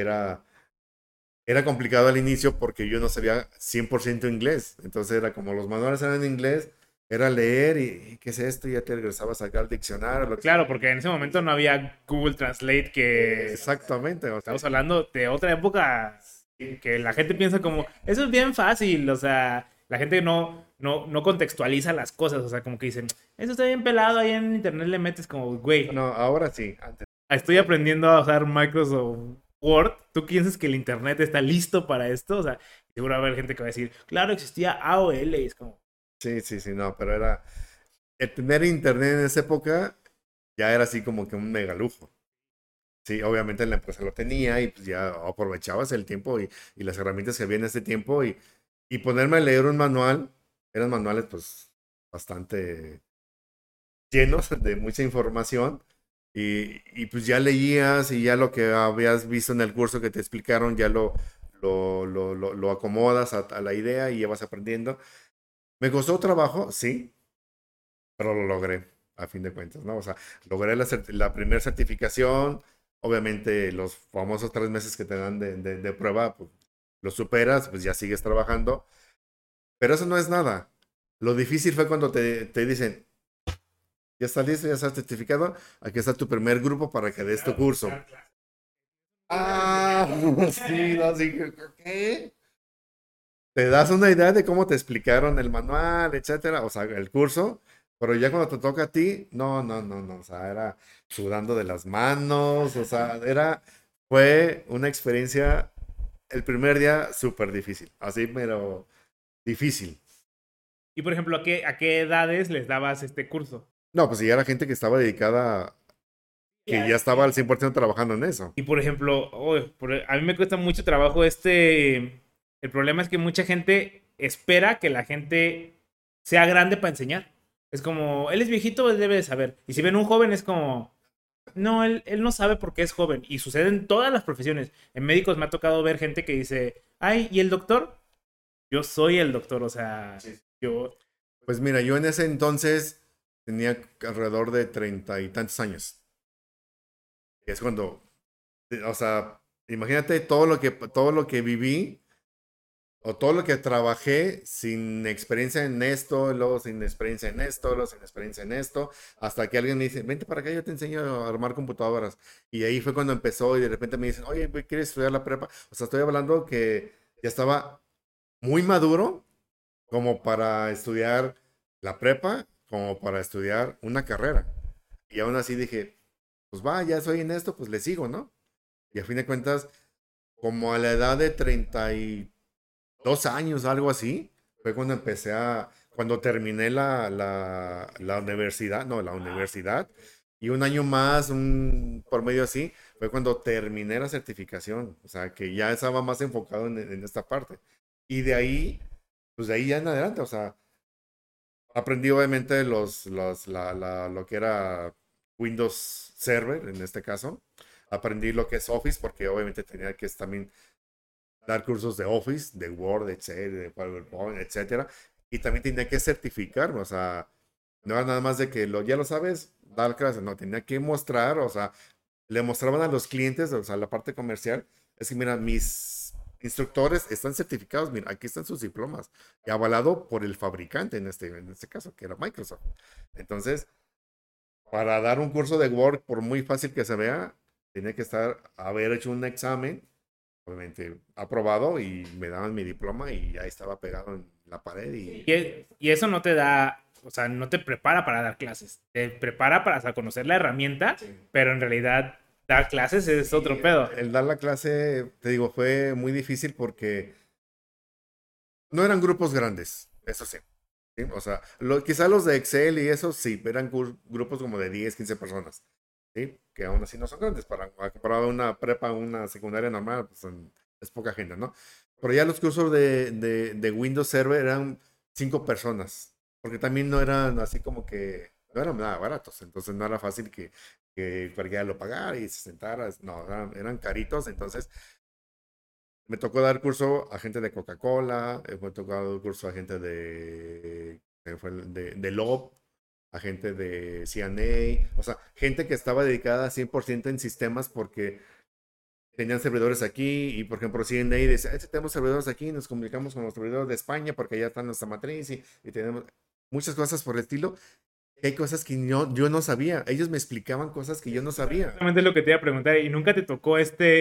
era complicado al inicio porque yo no sabía 100% inglés. Entonces era como los manuales eran en inglés, era leer y ¿qué es esto? Y ya te regresabas a sacar el diccionario. Claro, porque en ese momento no había Google Translate que Exactamente. O sea, estamos hablando de otra época que la gente piensa como, eso es bien fácil, o sea, la gente no contextualiza las cosas, o sea, como que dicen, eso está bien pelado, ahí en internet le metes como, güey, no, ahora sí, antes. estoy aprendiendo a usar Microsoft Word, ¿tú piensas que el internet está listo para esto? O sea, seguro va a haber gente que va a decir, claro, existía AOL, y es como, Sí, sí, sí, no, pero era. El tener internet en esa época ya era así como que un mega lujo. Sí, obviamente la empresa lo tenía y pues ya aprovechabas el tiempo y las herramientas que había en ese tiempo y ponerme a leer un manual, eran manuales pues bastante llenos de mucha información y pues ya leías y ya lo que habías visto en el curso que te explicaron ya lo acomodas a la idea y ya vas aprendiendo. ¿Me costó trabajo? Sí, pero lo logré, a fin de cuentas, ¿no? O sea, logré la primera certificación, obviamente los famosos 3 meses que te dan de prueba, pues lo superas, pues ya sigues trabajando, pero eso no es nada. Lo difícil fue cuando te dicen, ya estás listo, ya estás certificado, aquí está tu primer grupo para que des tu curso. Ah, sí, no, sí, ¿qué? Te das una idea de cómo te explicaron el manual, etcétera, o sea, el curso, pero ya cuando te toca a ti, no, no, no, no, o sea, era sudando de las manos, o sea, fue una experiencia, el primer día súper difícil, así, pero difícil. y por ejemplo, a qué edades les dabas este curso? No, pues ya era gente que estaba dedicada, que ya estaba al 100% trabajando en eso. Y por ejemplo, a mí me cuesta mucho trabajo el problema es que mucha gente espera que la gente sea grande para enseñar. Es como, él es viejito, él debe de saber. Y si ven un joven es como, No, él no sabe por qué es joven. Y sucede en todas las profesiones. En médicos me ha tocado ver gente que dice, ay, ¿y el doctor? Yo soy el doctor, o sea, Sí. yo... Pues mira, yo en ese entonces tenía alrededor de 30 y tantos años. Y es cuando, o sea, imagínate todo lo que viví o todo lo que trabajé sin experiencia en esto, luego sin experiencia en esto, luego sin experiencia en esto, hasta que alguien me dice, vente para acá, yo te enseño a armar computadoras. Y ahí fue cuando empezó y de repente me dicen, oye, güey, ¿quieres estudiar la prepa? O sea, estoy hablando que ya estaba muy maduro como para estudiar la prepa, como para estudiar una carrera. Y aún así dije, pues va, ya soy en esto, pues le sigo, ¿no? Y a fin de cuentas, como a la edad de 32 años, algo así, fue cuando cuando terminé la universidad, no, la universidad, y un año más, por medio así, fue cuando terminé la certificación, o sea, que ya estaba más enfocado en esta parte. Y de ahí, pues de ahí ya en adelante, o sea, aprendí obviamente lo que era Windows Server, en este caso. Aprendí lo que es Office, porque obviamente tenía que también dar cursos de Office, de Word, de Excel, de PowerPoint, etcétera. Y también tenía que certificarme, o sea, no era nada más de que ya lo sabes, dar clases, no, tenía que mostrar, o sea, le mostraban a los clientes, o sea, la parte comercial, es que mira, mis instructores están certificados, mira, aquí están sus diplomas, y avalado por el fabricante en este caso, que era Microsoft. Entonces, para dar un curso de Word, por muy fácil que se vea, tenía que haber hecho un examen, obviamente aprobado, y me daban mi diploma y ya estaba pegado en la pared y Y eso no te da, o sea, no te prepara para dar clases. Te prepara para hasta conocer la herramienta, sí. pero en realidad dar clases es Sí, otro pedo. el dar la clase, te digo, fue muy difícil porque no eran grupos grandes, eso sí. ¿Sí? O sea, quizá los de Excel y eso sí, eran grupos como de 10 15 personas, ¿sí? Que aún así no son grandes. Para una prepa, una secundaria normal, pues es poca gente, ¿no? Pero ya los cursos de Windows Server eran 5 personas, porque también no eran así como que, no eran nada baratos, entonces no era fácil que cualquiera lo pagara y se sentara, no, eran caritos, entonces me tocó dar curso a gente de Coca-Cola, me tocó dar curso a gente de Lob, a gente de CNA, o sea, gente que estaba dedicada 100% en sistemas porque tenían servidores aquí y, por ejemplo, CNA decía, tenemos servidores aquí, nos comunicamos con los servidores de España porque allá está nuestra matriz y tenemos muchas cosas por el estilo. Hay cosas que yo no sabía. Ellos me explicaban cosas que yo no sabía. Exactamente lo que te iba a preguntar. Y nunca te tocó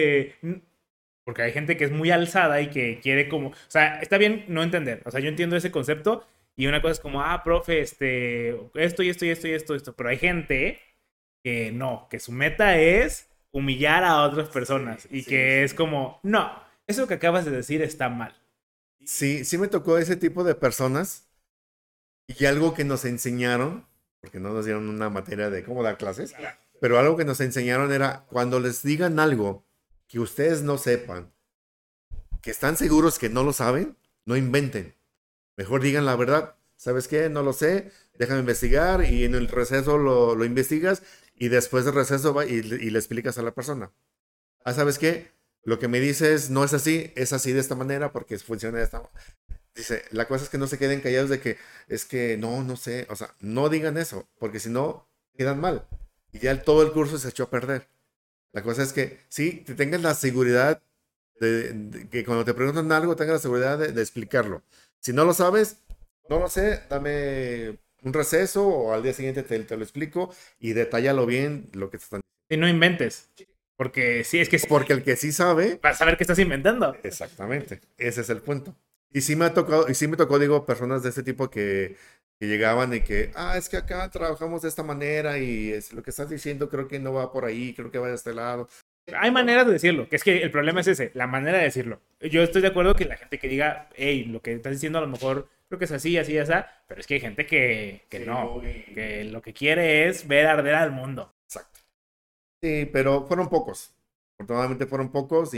porque hay gente que es muy alzada y que quiere como, o sea, está bien no entender, o sea, yo entiendo ese concepto y una cosa es como, ah, profe, esto y esto y esto y esto, pero hay gente que no, que su meta es humillar a otras Sí, personas y sí, que sí. es como, no, eso que acabas de decir está mal. Sí, sí me tocó ese tipo de personas. Y algo que nos enseñaron, porque no nos dieron una materia de cómo dar clases, pero algo que nos enseñaron era cuando les digan algo que ustedes no sepan, que están seguros que no lo saben, no inventen. Mejor digan la verdad. ¿Sabes qué? No lo sé, déjame investigar y en el receso lo investigas y después del receso va y le explicas a la persona. Ah, ¿sabes qué? Lo que me dices no es así de esta manera porque funciona de esta manera. Dice, la cosa es que no se queden callados de que es que no, no sé, o sea, no digan eso, porque si no, quedan mal. Y ya todo el curso se echó a perder. La cosa es que sí, te tengas la seguridad de que cuando te preguntan algo, tengas la seguridad de explicarlo. Si no lo sabes, no lo sé, dame un receso o al día siguiente te lo explico y detállalo bien lo que te están Y no inventes, porque sí, es que diciendo. Porque el que sí sabe, vas a saber qué estás inventando. exactamente, ese es el punto. Y sí me tocó, digo, personas de este tipo que llegaban y que, es que acá trabajamos de esta manera y es lo que estás diciendo creo que no va por ahí, creo que va de este lado. Hay maneras de decirlo, que es que el problema es ese, la manera de decirlo. Yo estoy de acuerdo que la gente que diga, hey, lo que estás diciendo a lo mejor creo que es así, así, así, pero es que hay gente que Sí, no, muy... que lo que quiere es ver arder al mundo. Exacto. Sí, pero fueron pocos. Afortunadamente fueron pocos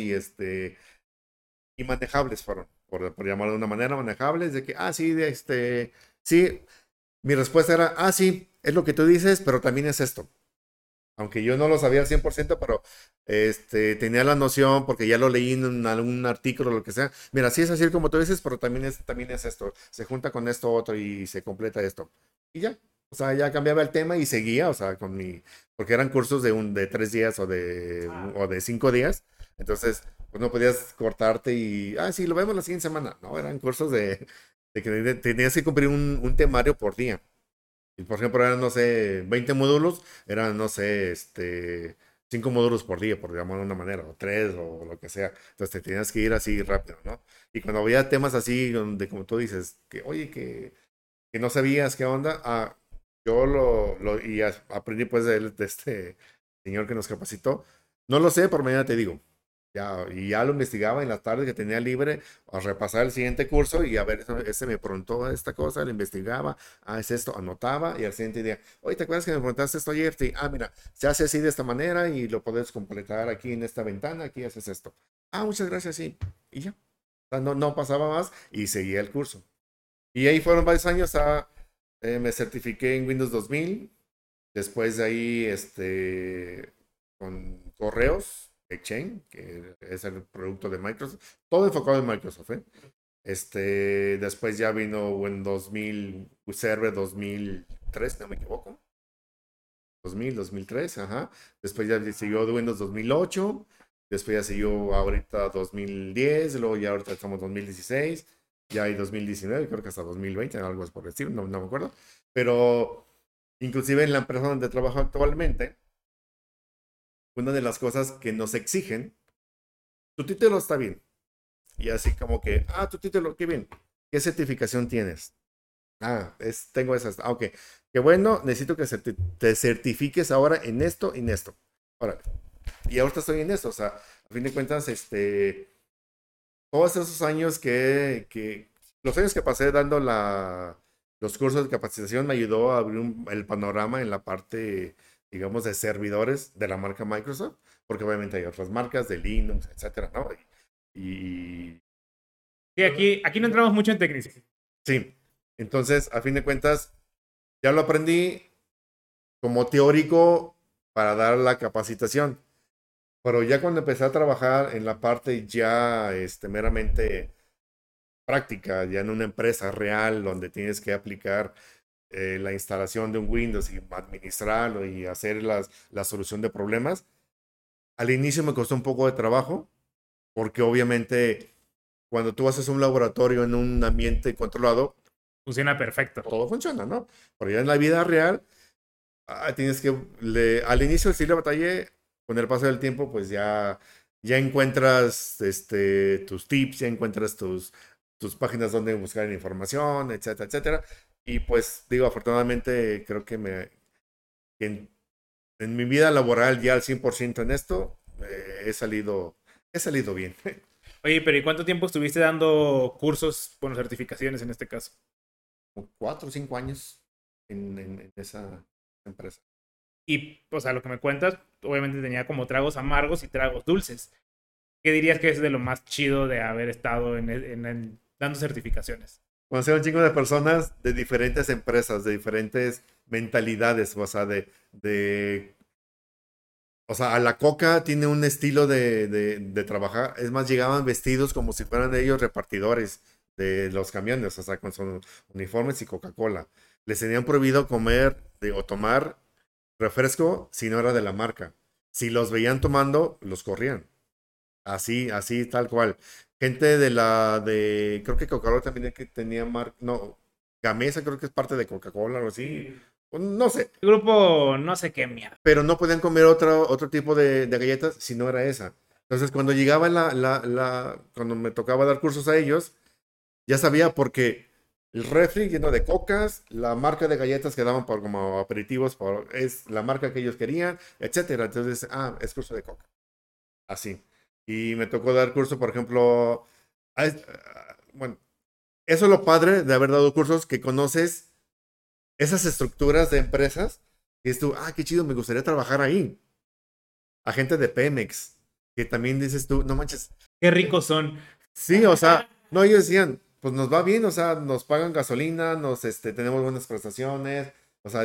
y manejables fueron, por llamarlo de una manera, manejables, de que, sí, sí, mi respuesta era, sí, es lo que tú dices, pero también es esto. Aunque yo no lo sabía al 100%, pero tenía la noción porque ya lo leí en algún artículo o lo que sea. Mira, sí es así como tú dices, pero también es esto. Se junta con esto otro y se completa esto. Y ya. O sea, ya cambiaba el tema y seguía, o sea, porque eran cursos de 3 días o de 5 días. Entonces, pues no podías cortarte sí, lo vemos la siguiente semana. No, eran cursos de que tenías que cumplir un temario por día. Y por ejemplo, eran, no sé, 20 módulos, eran, no sé, 5 módulos por día, por llamarlo de una manera, o 3, o lo que sea. Entonces te tenías que ir así rápido, ¿no? Y cuando había temas así, donde, como tú dices, que, oye, que no sabías qué onda, yo aprendí pues de este señor que nos capacitó. No lo sé, por mañana te digo. Ya lo investigaba en las tardes que tenía libre, a repasar el siguiente curso y a ver, ese me preguntó esta cosa, lo investigaba, es esto, anotaba y al siguiente día, oye, ¿te acuerdas que me preguntaste esto ayer? Sí, mira, se hace así de esta manera y lo puedes completar aquí en esta ventana, aquí haces esto. Muchas gracias, sí. Y ya. O sea, no pasaba más y seguía el curso. Y ahí fueron varios años, me certifiqué en Windows 2000, después de ahí, con correos, Exchange, que es el producto de Microsoft, todo enfocado en Microsoft, ¿eh? Después ya vino Windows 2000, Server 2003, no me equivoco. 2003, ajá. Después ya siguió Windows 2008, después ya siguió ahorita 2010, luego ya ahorita estamos 2016, ya hay 2019, creo que hasta 2020, algo es por decir, no me acuerdo. Pero inclusive en la empresa donde trabajo actualmente, una de las cosas que nos exigen, tu título está bien. Y así como que, tu título, qué bien. ¿Qué certificación tienes? Tengo esas. Ok, qué bueno, necesito que te certifiques ahora en esto y en esto. Ahora, y ahorita estoy en esto, o sea, a fin de cuentas, todos esos años los años que pasé dando los cursos de capacitación me ayudó a abrir el panorama en la parte, digamos, de servidores de la marca Microsoft, porque obviamente hay otras marcas de Linux, etcétera, ¿no? Y Sí, aquí no entramos mucho en tecnicismo. sí, entonces, a fin de cuentas, ya lo aprendí como teórico para dar la capacitación, pero ya cuando empecé a trabajar en la parte ya meramente práctica, ya en una empresa real donde tienes que aplicar la instalación de un Windows y administrarlo y hacer la solución de problemas, al inicio me costó un poco de trabajo, porque obviamente cuando tú haces un laboratorio en un ambiente controlado, funciona perfecto. Todo funciona, ¿no? Pero ya en la vida real, tienes que, al inicio sí le batallé, con el paso del tiempo, pues ya encuentras tus tips, ya encuentras tus páginas donde buscar información, etcétera, etcétera. Y pues digo, afortunadamente creo que en mi vida laboral ya al 100% en esto, he salido bien. Oye, pero ¿y cuánto tiempo estuviste dando cursos, bueno, certificaciones en este caso? Como 4 o 5 años en esa empresa. Y, o sea, lo que me cuentas, obviamente tenía como tragos amargos y tragos dulces. ¿Qué dirías que es de lo más chido de haber estado dando certificaciones? Conocí a un chingo de personas de diferentes empresas, de diferentes mentalidades, o sea, o sea, a la Coca tiene un estilo de trabajar. Es más, llegaban vestidos como si fueran ellos repartidores de los camiones, o sea, con sus uniformes y Coca-Cola. Les tenían prohibido comer o tomar refresco si no era de la marca. Si los veían tomando, los corrían. Así, tal cual. Gente creo que Coca-Cola también que tenía marca, no, Gamesa creo que es parte de Coca-Cola, algo así. No sé, Grupo, no sé qué mierda. pero no podían comer otro tipo de galletas si no era esa. Entonces, cuando llegaba cuando me tocaba dar cursos a ellos, ya sabía porque el refri lleno de cocas, la marca de galletas que daban como aperitivos, es la marca que ellos querían, etcétera. Entonces, es curso de coca. Así. Y me tocó dar curso, por ejemplo, bueno, eso es lo padre de haber dado cursos, que conoces esas estructuras de empresas, y es tú, qué chido, me gustaría trabajar ahí. A gente de Pemex, que también dices tú, no manches. Qué ricos son. Sí, o sea, no, ellos decían, pues nos va bien, o sea, nos pagan gasolina, tenemos buenas prestaciones, o sea, dije,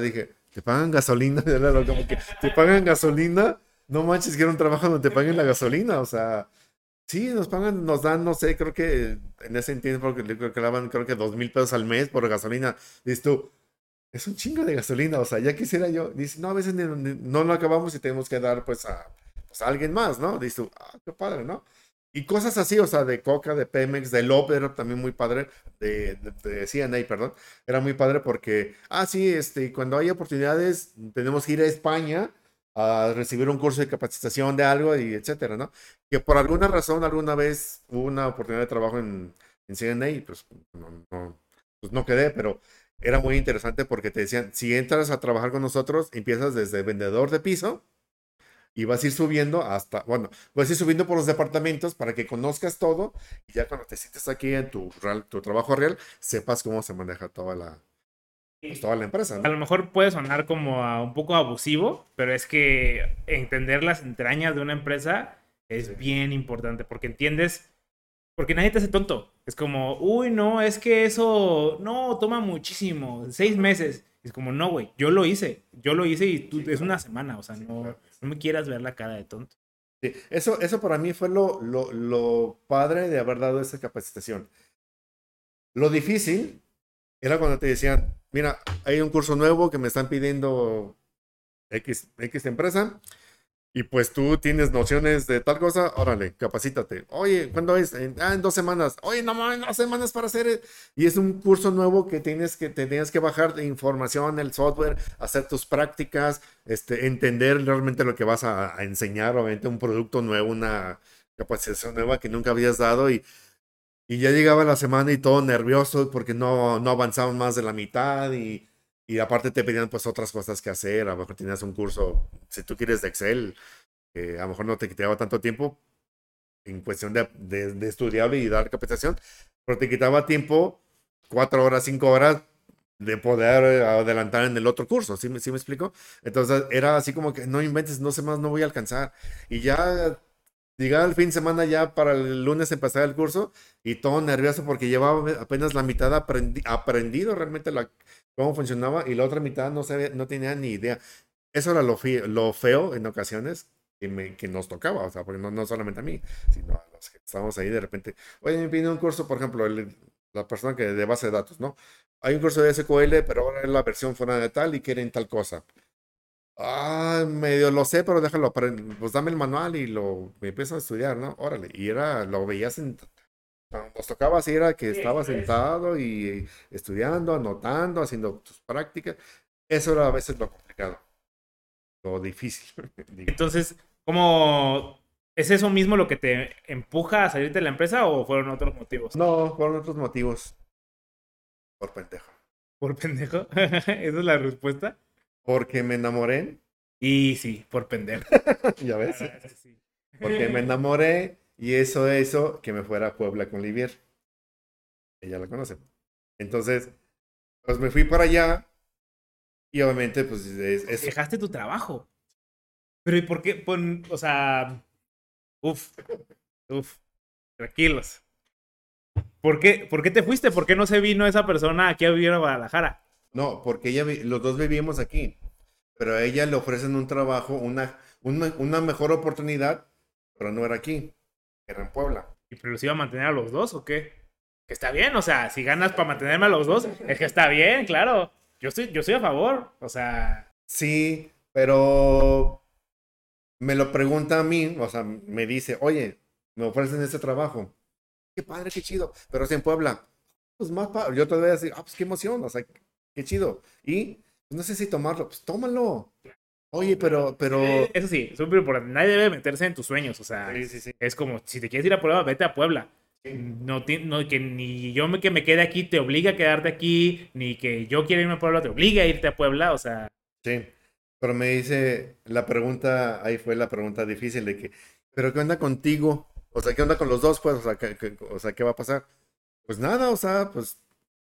¿te pagan gasolina? Era como que, ¿te pagan gasolina? No manches, quiero un trabajo donde te paguen la gasolina, o sea, sí, nos pagan, nos dan, no sé, creo que en ese tiempo creo que daban, creo que 2,000 pesos al mes por gasolina. Dices tú, es un chingo de gasolina, o sea, ya quisiera yo. Dice, no, a veces no lo acabamos y tenemos que dar pues, a alguien más, ¿no? Dice tú, qué padre, ¿no? Y cosas así, o sea, de Coca, de Pemex, de Lop, era también muy padre, de CNA, perdón, era muy padre porque, sí, cuando hay oportunidades, tenemos que ir a España a recibir un curso de capacitación de algo y etcétera, ¿no? Que por alguna razón, alguna vez hubo una oportunidad de trabajo en CNA y pues no quedé, pero era muy interesante porque te decían, si entras a trabajar con nosotros, empiezas desde vendedor de piso y vas a ir subiendo hasta, bueno, vas a ir subiendo por los departamentos para que conozcas todo y ya cuando te sientes aquí en tu trabajo real, sepas cómo se maneja pues, toda la empresa, A ¿no? lo mejor puede sonar como un poco abusivo, pero es que entender las entrañas de una empresa Sí. es bien importante porque entiendes, porque nadie te hace tonto. Es como, uy, no, es que eso, no, toma muchísimo, 6 meses. Es como, no, güey, yo lo hice y tú, Sí, es claro. una semana, o sea, Sí, no, claro. no me quieras ver la cara de tonto. Sí, eso para mí fue lo padre de haber dado esa capacitación. Lo difícil era cuando te decían, mira, hay un curso nuevo que me están pidiendo X empresa. Y pues tú tienes nociones de tal cosa, órale, capacítate. Oye, ¿cuándo es? En 2 semanas. Oye, no mames, 2 semanas para hacer. Y es un curso nuevo que te tienes que bajar de información, el software, hacer tus prácticas, entender realmente lo que vas a enseñar, obviamente un producto nuevo, una capacitación nueva que nunca habías dado. Y ya llegaba la semana y todo nervioso porque no avanzaban más de la mitad y aparte te pedían pues otras cosas que hacer. A lo mejor tenías un curso, si tú quieres, de Excel que a lo mejor no te quitaba tanto tiempo en cuestión de estudiar y dar capacitación, pero te quitaba tiempo, 4 horas, 5 horas de poder adelantar en el otro curso, ¿sí me explico? Entonces era así como que no inventes, no sé más, no voy a alcanzar. Y ya llegaba el fin de semana ya para el lunes empezar el curso y todo nervioso porque llevaba apenas la mitad aprendido realmente cómo funcionaba y la otra mitad no sabía, no tenía ni idea. Eso era lo feo en ocasiones que nos tocaba, o sea, porque no solamente a mí, sino a los que estábamos ahí de repente. Oye, me pide un curso, por ejemplo, la persona que de base de datos, ¿no? Hay un curso de SQL, pero ahora es la versión fuera de tal y quieren tal cosa. Medio lo sé, pero déjalo aprender. Pues dame el manual y me empiezo a estudiar, ¿no? Órale. Y lo veías cuando nos tocaba así, era que estaba sentado y estudiando, anotando, haciendo tus prácticas. Eso era a veces lo complicado, lo difícil, digo. Entonces, ¿cómo es eso mismo lo que te empuja a salirte de la empresa o fueron otros motivos? No, por otros motivos, por pendejo. ¿Por pendejo? ¿Esa es la respuesta? Porque me enamoré, Y sí, por pendejo. ya La ves, verdad es que sí. porque me enamoré y eso que me fuera a Puebla con Livier. Ella la conoce. Entonces, pues me fui para allá y obviamente, pues Dejaste tu trabajo. Pero ¿y por qué? O sea, uf, uf, tranquilos. ¿Por qué te fuiste? ¿Por qué no se vino esa persona aquí a vivir a Guadalajara? no, porque los dos vivíamos aquí, pero a ella le ofrecen un trabajo, una mejor oportunidad, pero no era aquí, era en Puebla. ¿Y pero los iba a mantener a los dos o qué? Que está bien, o sea, si ganas para mantenerme a los dos, es que está bien, claro. Yo estoy a favor. O sea, Sí, pero me lo pregunta a mí, o sea, me dice, oye, me ofrecen este trabajo. Qué padre, qué chido, pero es en Puebla. Pues más padre. Yo te voy a decir, pues qué emoción, o sea, qué chido. Y pues, no sé si tomarlo, pues tómalo. Oye, pero, eso sí, súper importante. Nadie debe meterse en tus sueños. O sea, sí, sí, sí. es como, si te quieres ir a Puebla, vete a Puebla. Sí. No, no que ni yo que me quede aquí te obligue a quedarte aquí, ni que yo quiera irme a Puebla te obligue a irte a Puebla. O sea, Sí, pero me dice la pregunta, ahí fue la pregunta difícil de que, pero ¿qué onda contigo? O sea, ¿qué onda con los dos, pues? O sea, ¿qué va a pasar? Pues nada, o sea, pues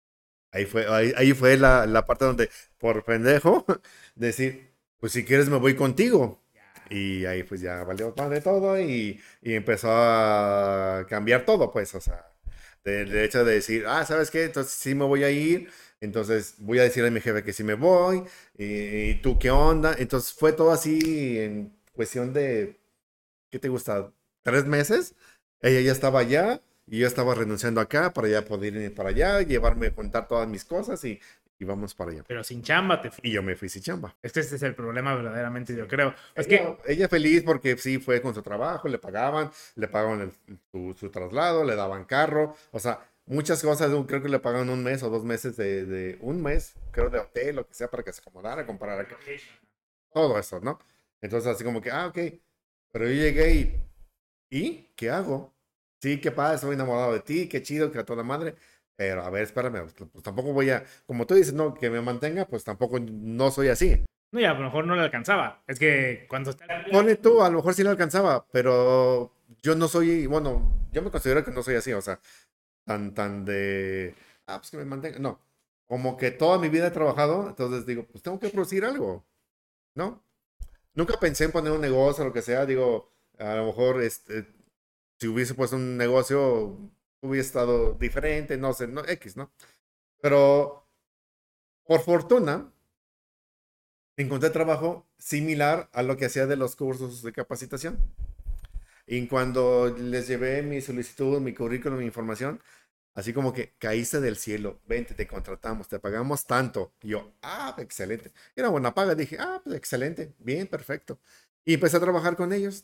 ahí fue la parte donde, por pendejo, decir, pues si quieres me voy contigo. Y ahí pues ya valió de todo y empezó a cambiar todo, pues, o sea, del hecho de decir, ¿sabes qué? Entonces sí me voy a ir, Entonces voy a decirle a mi jefe que sí me voy. ¿Y tú qué onda? Entonces fue todo así en cuestión de, ¿qué te gusta? 3 meses. Ella ya estaba allá y yo estaba renunciando acá para ya poder ir para allá, llevarme, contar todas mis cosas y vamos para allá. Pero sin chamba te Y yo me fui sin chamba. Este es el problema verdaderamente, yo creo. Es Ella, que, ella feliz porque sí fue con su trabajo, le pagaban su traslado, le daban carro, o sea, muchas cosas, creo que le pagaban 1 mes o 2 meses de un mes, creo de hotel, lo que sea, para que se acomodara, comprara todo eso, ¿no? Entonces así como que, ok, pero yo llegué ¿y qué hago? Sí, qué padre, estoy enamorado de ti, qué chido, que a toda madre, pero a ver, espérame, pues tampoco voy a, como tú dices, no, que me mantenga, pues tampoco no soy así. no, ya, a lo mejor no le alcanzaba. Es que cuando está... Pone tú, a lo mejor sí le alcanzaba, pero yo no soy, bueno, yo me considero que no soy así, o sea, tan de, pues que me mantenga, no, como que toda mi vida he trabajado, entonces digo, pues tengo que producir algo, ¿no? Nunca pensé en poner un negocio o lo que sea, digo, a lo mejor, si hubiese puesto un negocio, hubiese estado diferente, no sé, no, X, ¿no? Pero, por fortuna, encontré trabajo similar a lo que hacía de los cursos de capacitación. Y cuando les llevé mi solicitud, mi currículum, mi información, así como que caíste del cielo, vente, te contratamos, te pagamos tanto. Y yo, excelente. Era buena paga, dije, pues excelente, bien, perfecto. Y empecé a trabajar con ellos.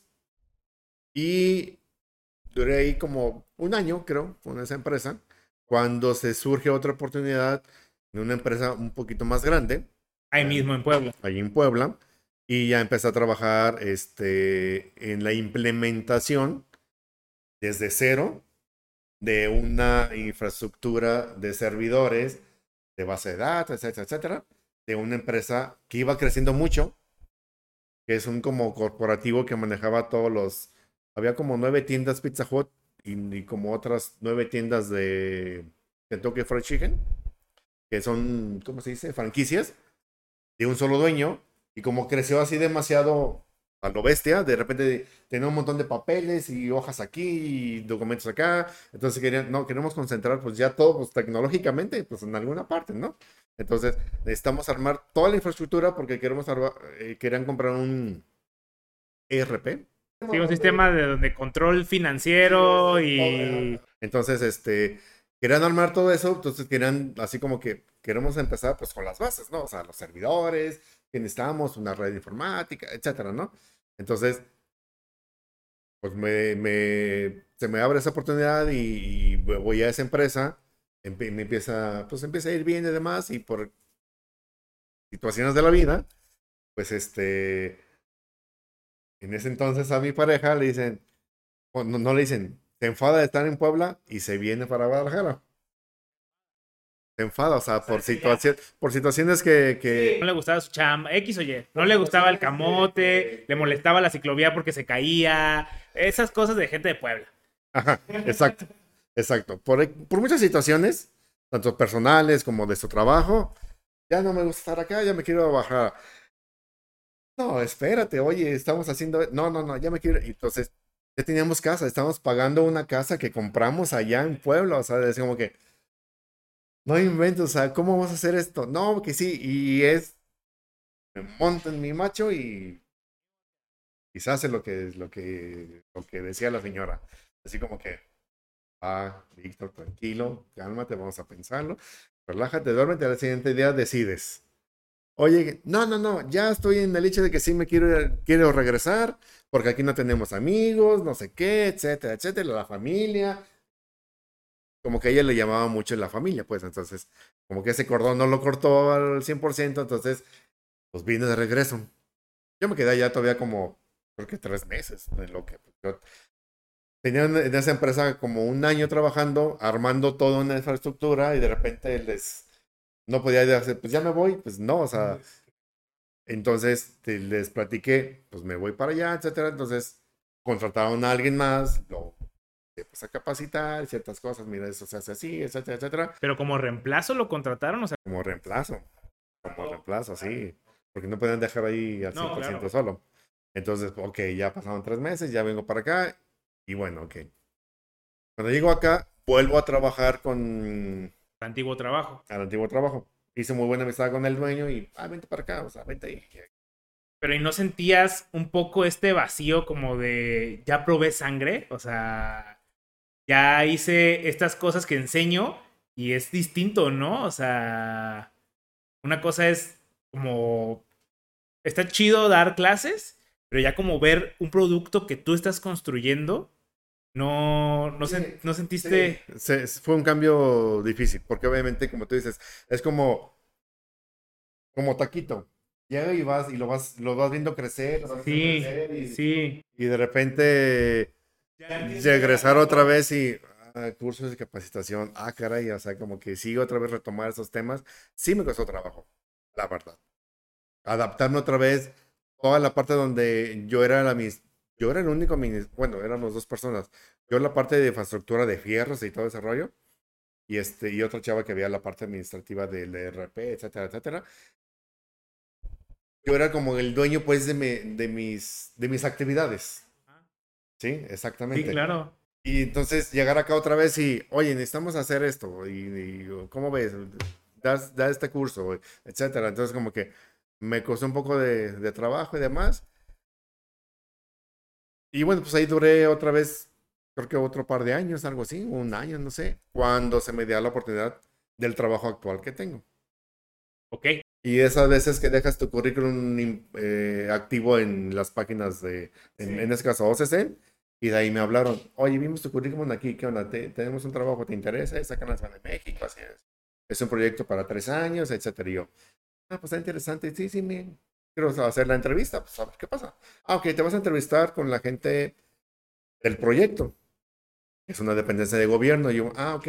Y duré ahí como un año, creo, con esa empresa. Cuando se surge otra oportunidad en una empresa un poquito más grande, Ahí mismo en Puebla. allí en Puebla, y ya empecé a trabajar en la implementación desde cero de una infraestructura de servidores, de base de datos, etcétera, etcétera, de una empresa que iba creciendo mucho, que es un como corporativo que manejaba todos los, había como 9 tiendas Pizza Hut y como otras 9 tiendas de Kentucky Fried Chicken, que son, ¿cómo se dice? Franquicias de un solo dueño, y como creció así demasiado a lo bestia, de repente tenía un montón de papeles y hojas aquí y documentos acá, entonces querían, no, queremos concentrar pues ya todo pues, tecnológicamente pues en alguna parte, ¿no? Entonces necesitamos armar toda la infraestructura porque querían comprar un ERP. Sí, un sistema de control financiero y... Entonces, querían armar todo eso, entonces querían, así como que queremos empezar pues con las bases, ¿no? O sea, los servidores, que necesitamos una red informática, etcétera, ¿no? Entonces, pues se me abre esa oportunidad y voy a esa empresa, pues empieza a ir bien y demás, y por situaciones de la vida, pues en ese entonces a mi pareja le dicen, o no le dicen, se enfada de estar en Puebla y se viene para Guadalajara. Se enfada, o sea, por situaciones que... No le gustaba su chamba, X o Y. No le gustaba el camote, le molestaba la ciclovía porque se caía. Esas cosas de gente de Puebla. Ajá, exacto, exacto. Por muchas situaciones, tanto personales como de su trabajo, ya no me gusta estar acá, ya me quiero bajar. No, espérate, oye, estamos haciendo... No, no, no, ya me quiero... Entonces, ya teníamos casa, estábamos pagando una casa que compramos allá en Puebla, o sea, es como que, no invento, o sea, ¿cómo vamos a hacer esto? No, que sí, me monto en mi macho y quizás hace lo que decía la señora. Así como que, Víctor, tranquilo, cálmate, vamos a pensarlo. Relájate, duérmete, al siguiente día decides. Oye, no, no, no, ya estoy en el hecho de que sí me quiero regresar, porque aquí no tenemos amigos, no sé qué, etcétera, etcétera, la familia. Como que a ella le llamaba mucho la familia, pues entonces, como que ese cordón no lo cortó al 100%, entonces, pues vine de regreso. Yo me quedé allá todavía como, creo que 3 meses, en lo que yo tenía en esa empresa como un año trabajando, armando toda una infraestructura y de repente no podía hacer, pues ya me voy, pues no, o sea, entonces les platiqué, pues me voy para allá, etcétera, entonces contrataron a alguien más, pues a capacitar ciertas cosas, mira, eso se hace así, etcétera, etcétera, Pero como reemplazo lo contrataron, o sea, como reemplazo, sí, porque no pueden dejar ahí al no, 100% claro. solo. Entonces, ok, ya pasaron 3 meses, ya vengo para acá, y bueno, ok. Cuando llego acá, vuelvo a trabajar con antiguo trabajo. al antiguo trabajo. Hice muy buena amistad con el dueño y, vente para acá, o sea, vente ahí. Pero ¿y no sentías un poco este vacío como de ya probé sangre? O sea, ya hice estas cosas que enseño y es distinto, ¿no? O sea, una cosa es como, está chido dar clases, pero ya como ver un producto que tú estás construyendo, Sí, no sentiste... fue un cambio difícil, porque obviamente, como tú dices, es como taquito. Llega y vas y lo vas viendo crecer, lo vas viendo Sí, crecer sí. y de repente regresar otra vez y cursos de capacitación, caray, o sea, como que sí, otra vez retomar esos temas, sí me costó trabajo, la verdad. Adaptarme otra vez, toda la parte donde yo era el único, bueno, éramos dos personas, yo la parte de infraestructura de fierros y todo ese rollo, y otra chava que había la parte administrativa del ERP, etcétera, etcétera. Yo era como el dueño, pues, de mis actividades. Sí, Sí, exactamente. claro. Y entonces llegar acá otra vez y, oye, necesitamos hacer esto. Y, ¿cómo ves? Da este curso, etcétera. Entonces, como que me costó un poco de trabajo y demás. Y bueno, pues ahí duré otra vez, creo que otro par de años, algo así, un año, no sé, cuando se me dio la oportunidad del trabajo actual que tengo. Ok. Y esas veces que dejas tu currículum activo en las páginas en este caso OCC, y de ahí me hablaron, oye, vimos tu currículum aquí, ¿qué onda? Tenemos un trabajo, ¿te interesa? Es acá en la Ciudad de México, así es. Es un proyecto para 3 años, etcétera. Y yo, pues está interesante, sí, sí, quiero hacer la entrevista, pues a ver qué pasa. Ok, te vas a entrevistar con la gente del proyecto, es una dependencia de gobierno. Y yo, ok.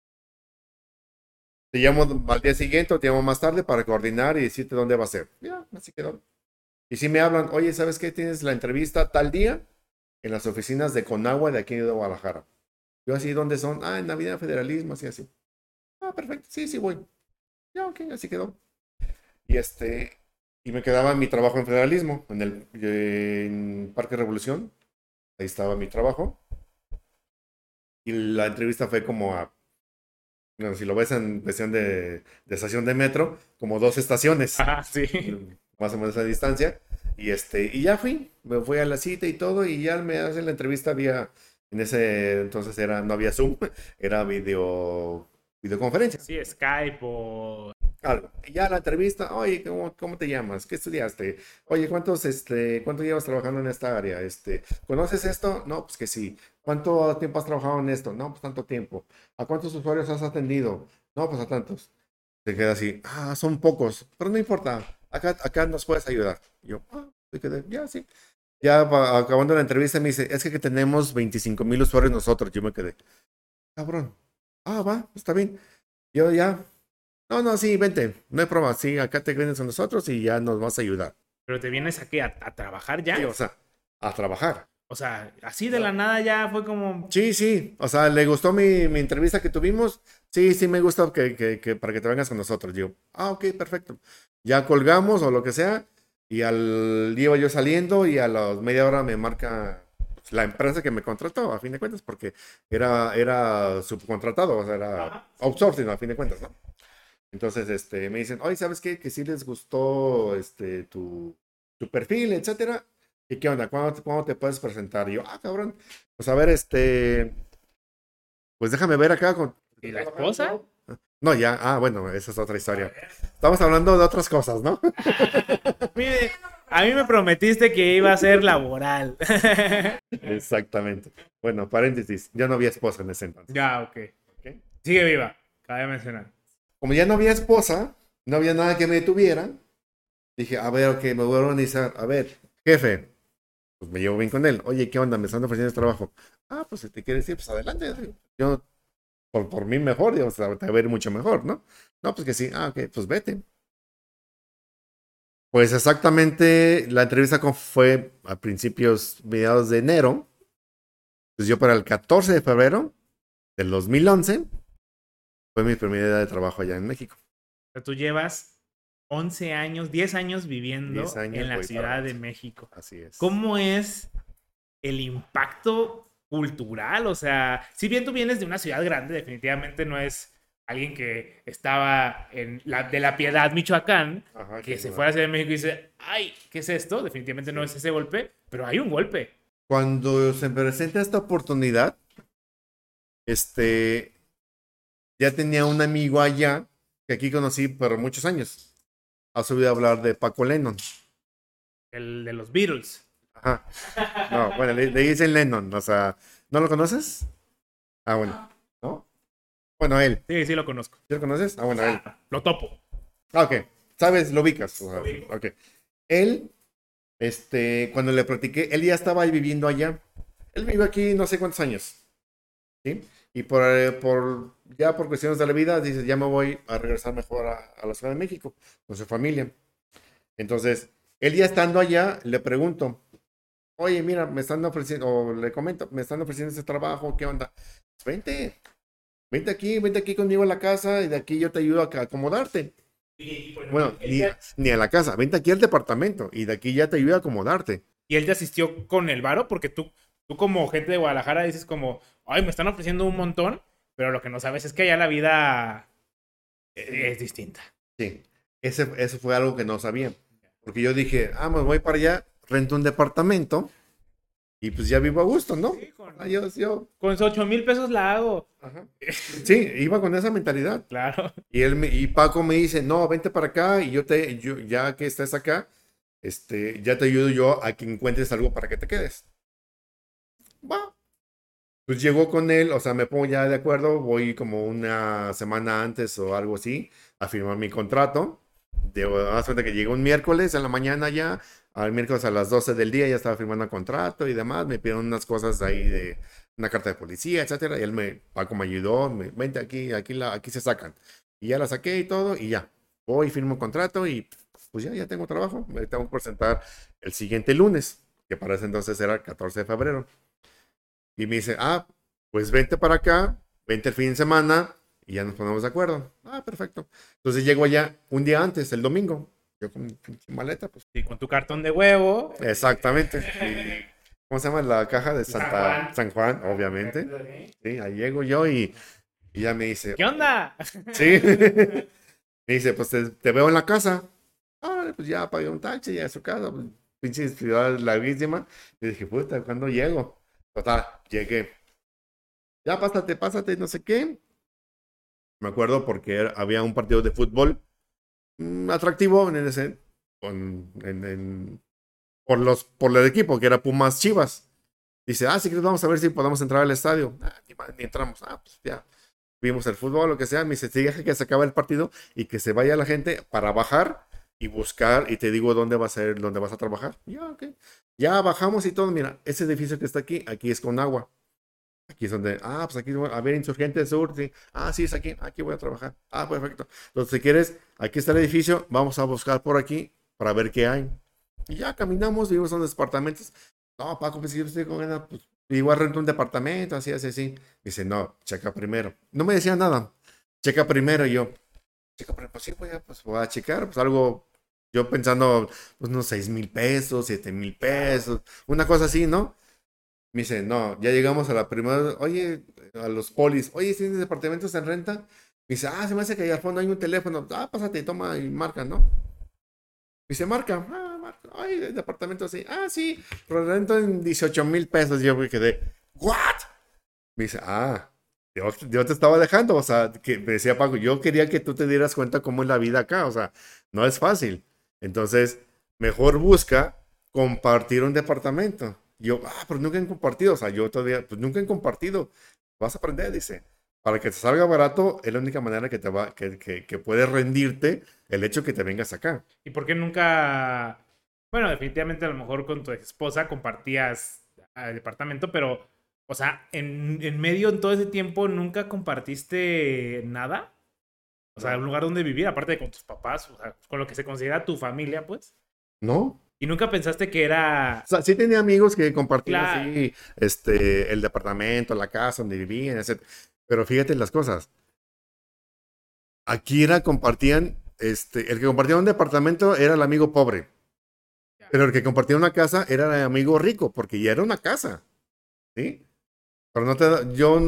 Te llamo al día siguiente o te llamo más tarde para coordinar y decirte dónde va a ser. Ya, así quedó. Y si me hablan, oye, ¿sabes qué? Tienes la entrevista tal día en las oficinas de Conagua de aquí de Guadalajara. Yo así, ¿dónde son? En Navidad Federalismo, así, así. Perfecto, sí, sí voy. Ya, ok, así quedó. Y y me quedaba mi trabajo en federalismo, en Parque Revolución. Ahí estaba mi trabajo. Y la entrevista fue como bueno, si lo ves en cuestión de estación de metro, como 2 estaciones, Ajá, sí. más o menos a distancia. Y ya me fui a la cita y todo, y ya me hacen la entrevista en ese entonces no había Zoom, era videoconferencia. Sí, Skype o... Algo. Y ya la entrevista, oye, ¿cómo te llamas? ¿Qué estudiaste? Oye, ¿cuánto llevas trabajando en esta área? ¿Conoces esto? No, pues que sí. ¿Cuánto tiempo has trabajado en esto? No, pues tanto tiempo. ¿A cuántos usuarios has atendido? No, pues a tantos. Te queda así, son pocos, pero no importa. Acá nos puedes ayudar. Y yo, me quedé, ya, sí. Ya acabando la entrevista me dice, es que tenemos 25,000 usuarios nosotros. Yo me quedé, cabrón. Va, está bien. Yo ya, no, no, sí, vente, no hay problema, sí, acá te vienes con nosotros y ya nos vas a ayudar. Pero te vienes aquí a trabajar Sí, ya. o sea, a trabajar. O sea, así de la nada ya fue como... Sí, sí, o sea, ¿le gustó mi entrevista que tuvimos? Sí, sí, me gusta que para que te vengas con nosotros. Yo, ok, perfecto. Ya colgamos o lo que sea, y iba yo saliendo y a la media hora me marca pues, la empresa que me contrató, a fin de cuentas, porque era subcontratado, o sea, era Ajá. outsourcing, a fin de cuentas, ¿no? Entonces, me dicen, oye, ¿sabes qué? Que sí les gustó, tu perfil, etcétera. ¿Y qué onda? ¿Cuándo te puedes presentar? Y yo, cabrón. Pues a ver, pues déjame ver acá ¿Y la esposa? No, ya, bueno, esa es otra historia. Estamos hablando de otras cosas, ¿no? Mire, a mí me prometiste que iba a ser laboral. Exactamente. Bueno, paréntesis, ya no había esposa en ese entonces. Ya, ok. ¿Ok? Sigue viva, cabe mencionar. Como ya no había esposa, no había nada que me detuviera, dije, a ver, ok, me voy a organizar. A ver, jefe, pues me llevo bien con él. Oye, ¿qué onda? Me están ofreciendo este trabajo. Pues si te quieres ir, pues adelante. Yo, por mí mejor, digamos, te va a ir mucho mejor, ¿no? No, pues que sí. Ok, pues vete. Pues exactamente, la entrevista fue a mediados de enero. Pues yo para el 14 de febrero del 2011 fue mi primera día de trabajo allá en México. O sea, tú llevas 11 años, 10 años 10 viviendo años en la voy para Ciudad de 11. México. Así es. ¿Cómo es el impacto cultural? O sea, si bien tú vienes de una ciudad grande, definitivamente no es alguien que estaba de la Piedad, Michoacán, Ajá, que se fue a la Ciudad de México y dice, ay, ¿qué es esto? Definitivamente no es ese golpe, pero hay un golpe. Cuando se presenta esta oportunidad, este, ya tenía un amigo allá que aquí conocí por muchos años. Has oído hablar de Paco Lennon. El de los Beatles. Ajá. No, bueno, le dicen Lennon, o sea, ¿no lo conoces? Ah, bueno. ¿No? Bueno, él. Sí, sí lo conozco. ¿Sí lo conoces? Ah, bueno, él. Lo topo. Ah, ok. ¿Sabes? Lo ubicas. O sea, ok. Él, cuando le platiqué, él ya estaba ahí viviendo allá. Él vive aquí no sé cuántos años. ¿Sí? Y ya por cuestiones de la vida, dices, ya me voy a regresar mejor a la Ciudad de México con su familia. Entonces, él ya estando allá, le pregunto, oye, mira, me están ofreciendo, o le comento, me están ofreciendo ese trabajo, ¿qué onda? Pues vente aquí conmigo a la casa y de aquí yo te ayudo a acomodarte. Bueno, ni a la casa, vente aquí al departamento y de aquí ya te ayudo a acomodarte. Y él te asistió con el varo porque tú como gente de Guadalajara dices como, ay, me están ofreciendo un montón, pero lo que no sabes es que allá la vida es distinta. Sí, eso fue algo que no sabía. Porque yo dije, me voy para allá, rento un departamento y pues ya vivo a gusto, ¿no? Sí, Yo. con 8,000 pesos la hago. Ajá. Sí, iba con esa mentalidad. Claro. Y Paco me dice, no, vente para acá y ya que estés acá, ya te ayudo yo a que encuentres algo para que te quedes. Va. Pues llegó con él, o sea, me pongo ya de acuerdo, voy como una semana antes o algo así a firmar mi contrato. Haz cuenta que llegó un miércoles en la mañana ya, al miércoles a las 12 del día ya estaba firmando el contrato y demás, me pidieron unas cosas ahí de una carta de policía, etcétera, y Paco me ayudó, vente aquí se sacan. Y ya la saqué y todo, y ya, voy, firmo el contrato y pues ya tengo trabajo, me tengo que presentar el siguiente lunes, que para ese entonces era el 14 de febrero. Y me dice, pues vente para acá, vente el fin de semana y ya nos ponemos de acuerdo. Perfecto. Entonces llego allá un día antes, el domingo. Yo con mi pinche maleta, pues. Sí, con tu cartón de huevo. Exactamente. ¿Cómo se llama la caja de San Juan, obviamente? Sí, ahí llego yo y ya me dice, ¿Qué onda? sí. Me dice, pues te veo en la casa. Pues ya pagué un taxi, ya a su casa, pues, pinche ciudad larguísima. Y dije, puta, ¿cuándo llego? Total, llegué. Ya pásate, no sé qué. Me acuerdo porque había un partido de fútbol atractivo en ese, por el equipo, que era Pumas Chivas. Dice, si quieres vamos a ver si podemos entrar al estadio. Ni entramos. Pues ya. Vimos el fútbol, lo que sea. Me dice, sí, deja que se acabe el partido y que se vaya la gente para bajar y buscar y te digo dónde dónde vas a trabajar. Ya, ok. Ya bajamos y todo. Mira, ese edificio que está aquí es con agua. Aquí es donde, pues aquí, a ver, Insurgente Sur, sí. Sí, es aquí voy a trabajar. Perfecto. Entonces, si quieres, aquí está el edificio, vamos a buscar por aquí para ver qué hay. Y ya caminamos, vimos unos departamentos. No, Paco, pues si yo estoy con ganas, pues igual rento un departamento, así. Dice, no, checa primero. No me decía nada. Checa primero, y yo, checa primero, pues sí, voy a checar, pues algo, yo pensando, pues unos 6,000 pesos, 7,000 pesos, una cosa así, ¿no? Me dice, no, ya llegamos a la primera, oye, a los polis, oye, ¿tienes departamentos en renta? Me dice, se me hace que allá al fondo hay un teléfono, pásate, toma y marca, ¿no? Me dice, marca, ay, el departamento así, sí, pero rento en 18,000 pesos, yo me quedé, ¿what? Me dice, yo te estaba dejando, o sea, que me decía Paco, yo quería que tú te dieras cuenta cómo es la vida acá, o sea, no es fácil. Entonces, mejor busca compartir un departamento. Yo, pero nunca he compartido, o sea, yo todavía, pues nunca he compartido. Vas a aprender, dice. Para que te salga barato, es la única manera que puedes rendirte el hecho que te vengas acá. ¿Y por qué nunca? Bueno, definitivamente a lo mejor con tu esposa compartías el departamento, pero, o sea, en medio en todo ese tiempo nunca compartiste nada. O sea, un lugar donde vivir, aparte de con tus papás, o sea, con lo que se considera tu familia, pues. ¿No? Y nunca pensaste que era. O sea, sí tenía amigos que compartían Claro. así, el departamento, la casa donde vivían, etc. Pero fíjate las cosas. Aquí compartían, el que compartía un departamento era el amigo pobre. Pero el que compartía una casa era el amigo rico, porque ya era una casa. ¿Sí? Pero yo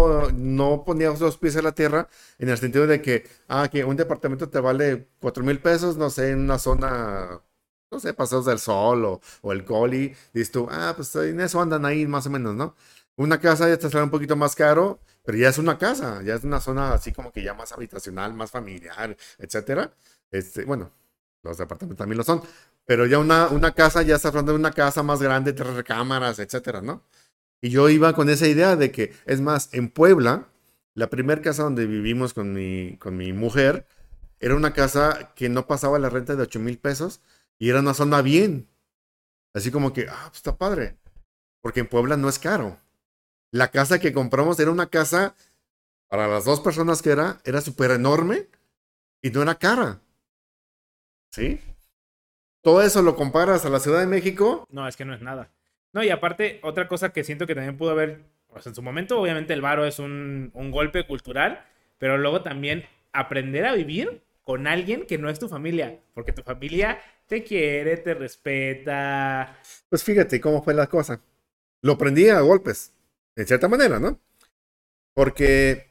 no ponía los pies en la tierra en el sentido de que un departamento te vale 4,000 pesos, no sé, en una zona, no sé, Paseos del Sol o el Coli. Dices tú, pues en eso andan ahí más o menos, ¿no? Una casa ya te sale un poquito más caro, pero ya es una casa, ya es una zona así como que ya más habitacional, más familiar, etcétera. Bueno, los departamentos también lo son, pero ya una casa, ya está hablando de una casa más grande, 3 recámaras, etcétera, ¿no? Y yo iba con esa idea de que, es más, en Puebla, la primera casa donde vivimos con mi mujer, era una casa que no pasaba la renta de 8,000 pesos y era una zona bien. Así como que, pues está padre, porque en Puebla no es caro. La casa que compramos era una casa, para las 2 personas que era súper enorme y no era cara, ¿sí? Todo eso lo comparas a la Ciudad de México. No, es que no es nada. No, y aparte, otra cosa que siento que también pudo haber, o sea, en su momento, obviamente el varo es un golpe cultural, pero luego también aprender a vivir con alguien que no es tu familia, porque tu familia te quiere, te respeta. Pues fíjate cómo fue la cosa. Lo prendí a golpes, en cierta manera, ¿no? Porque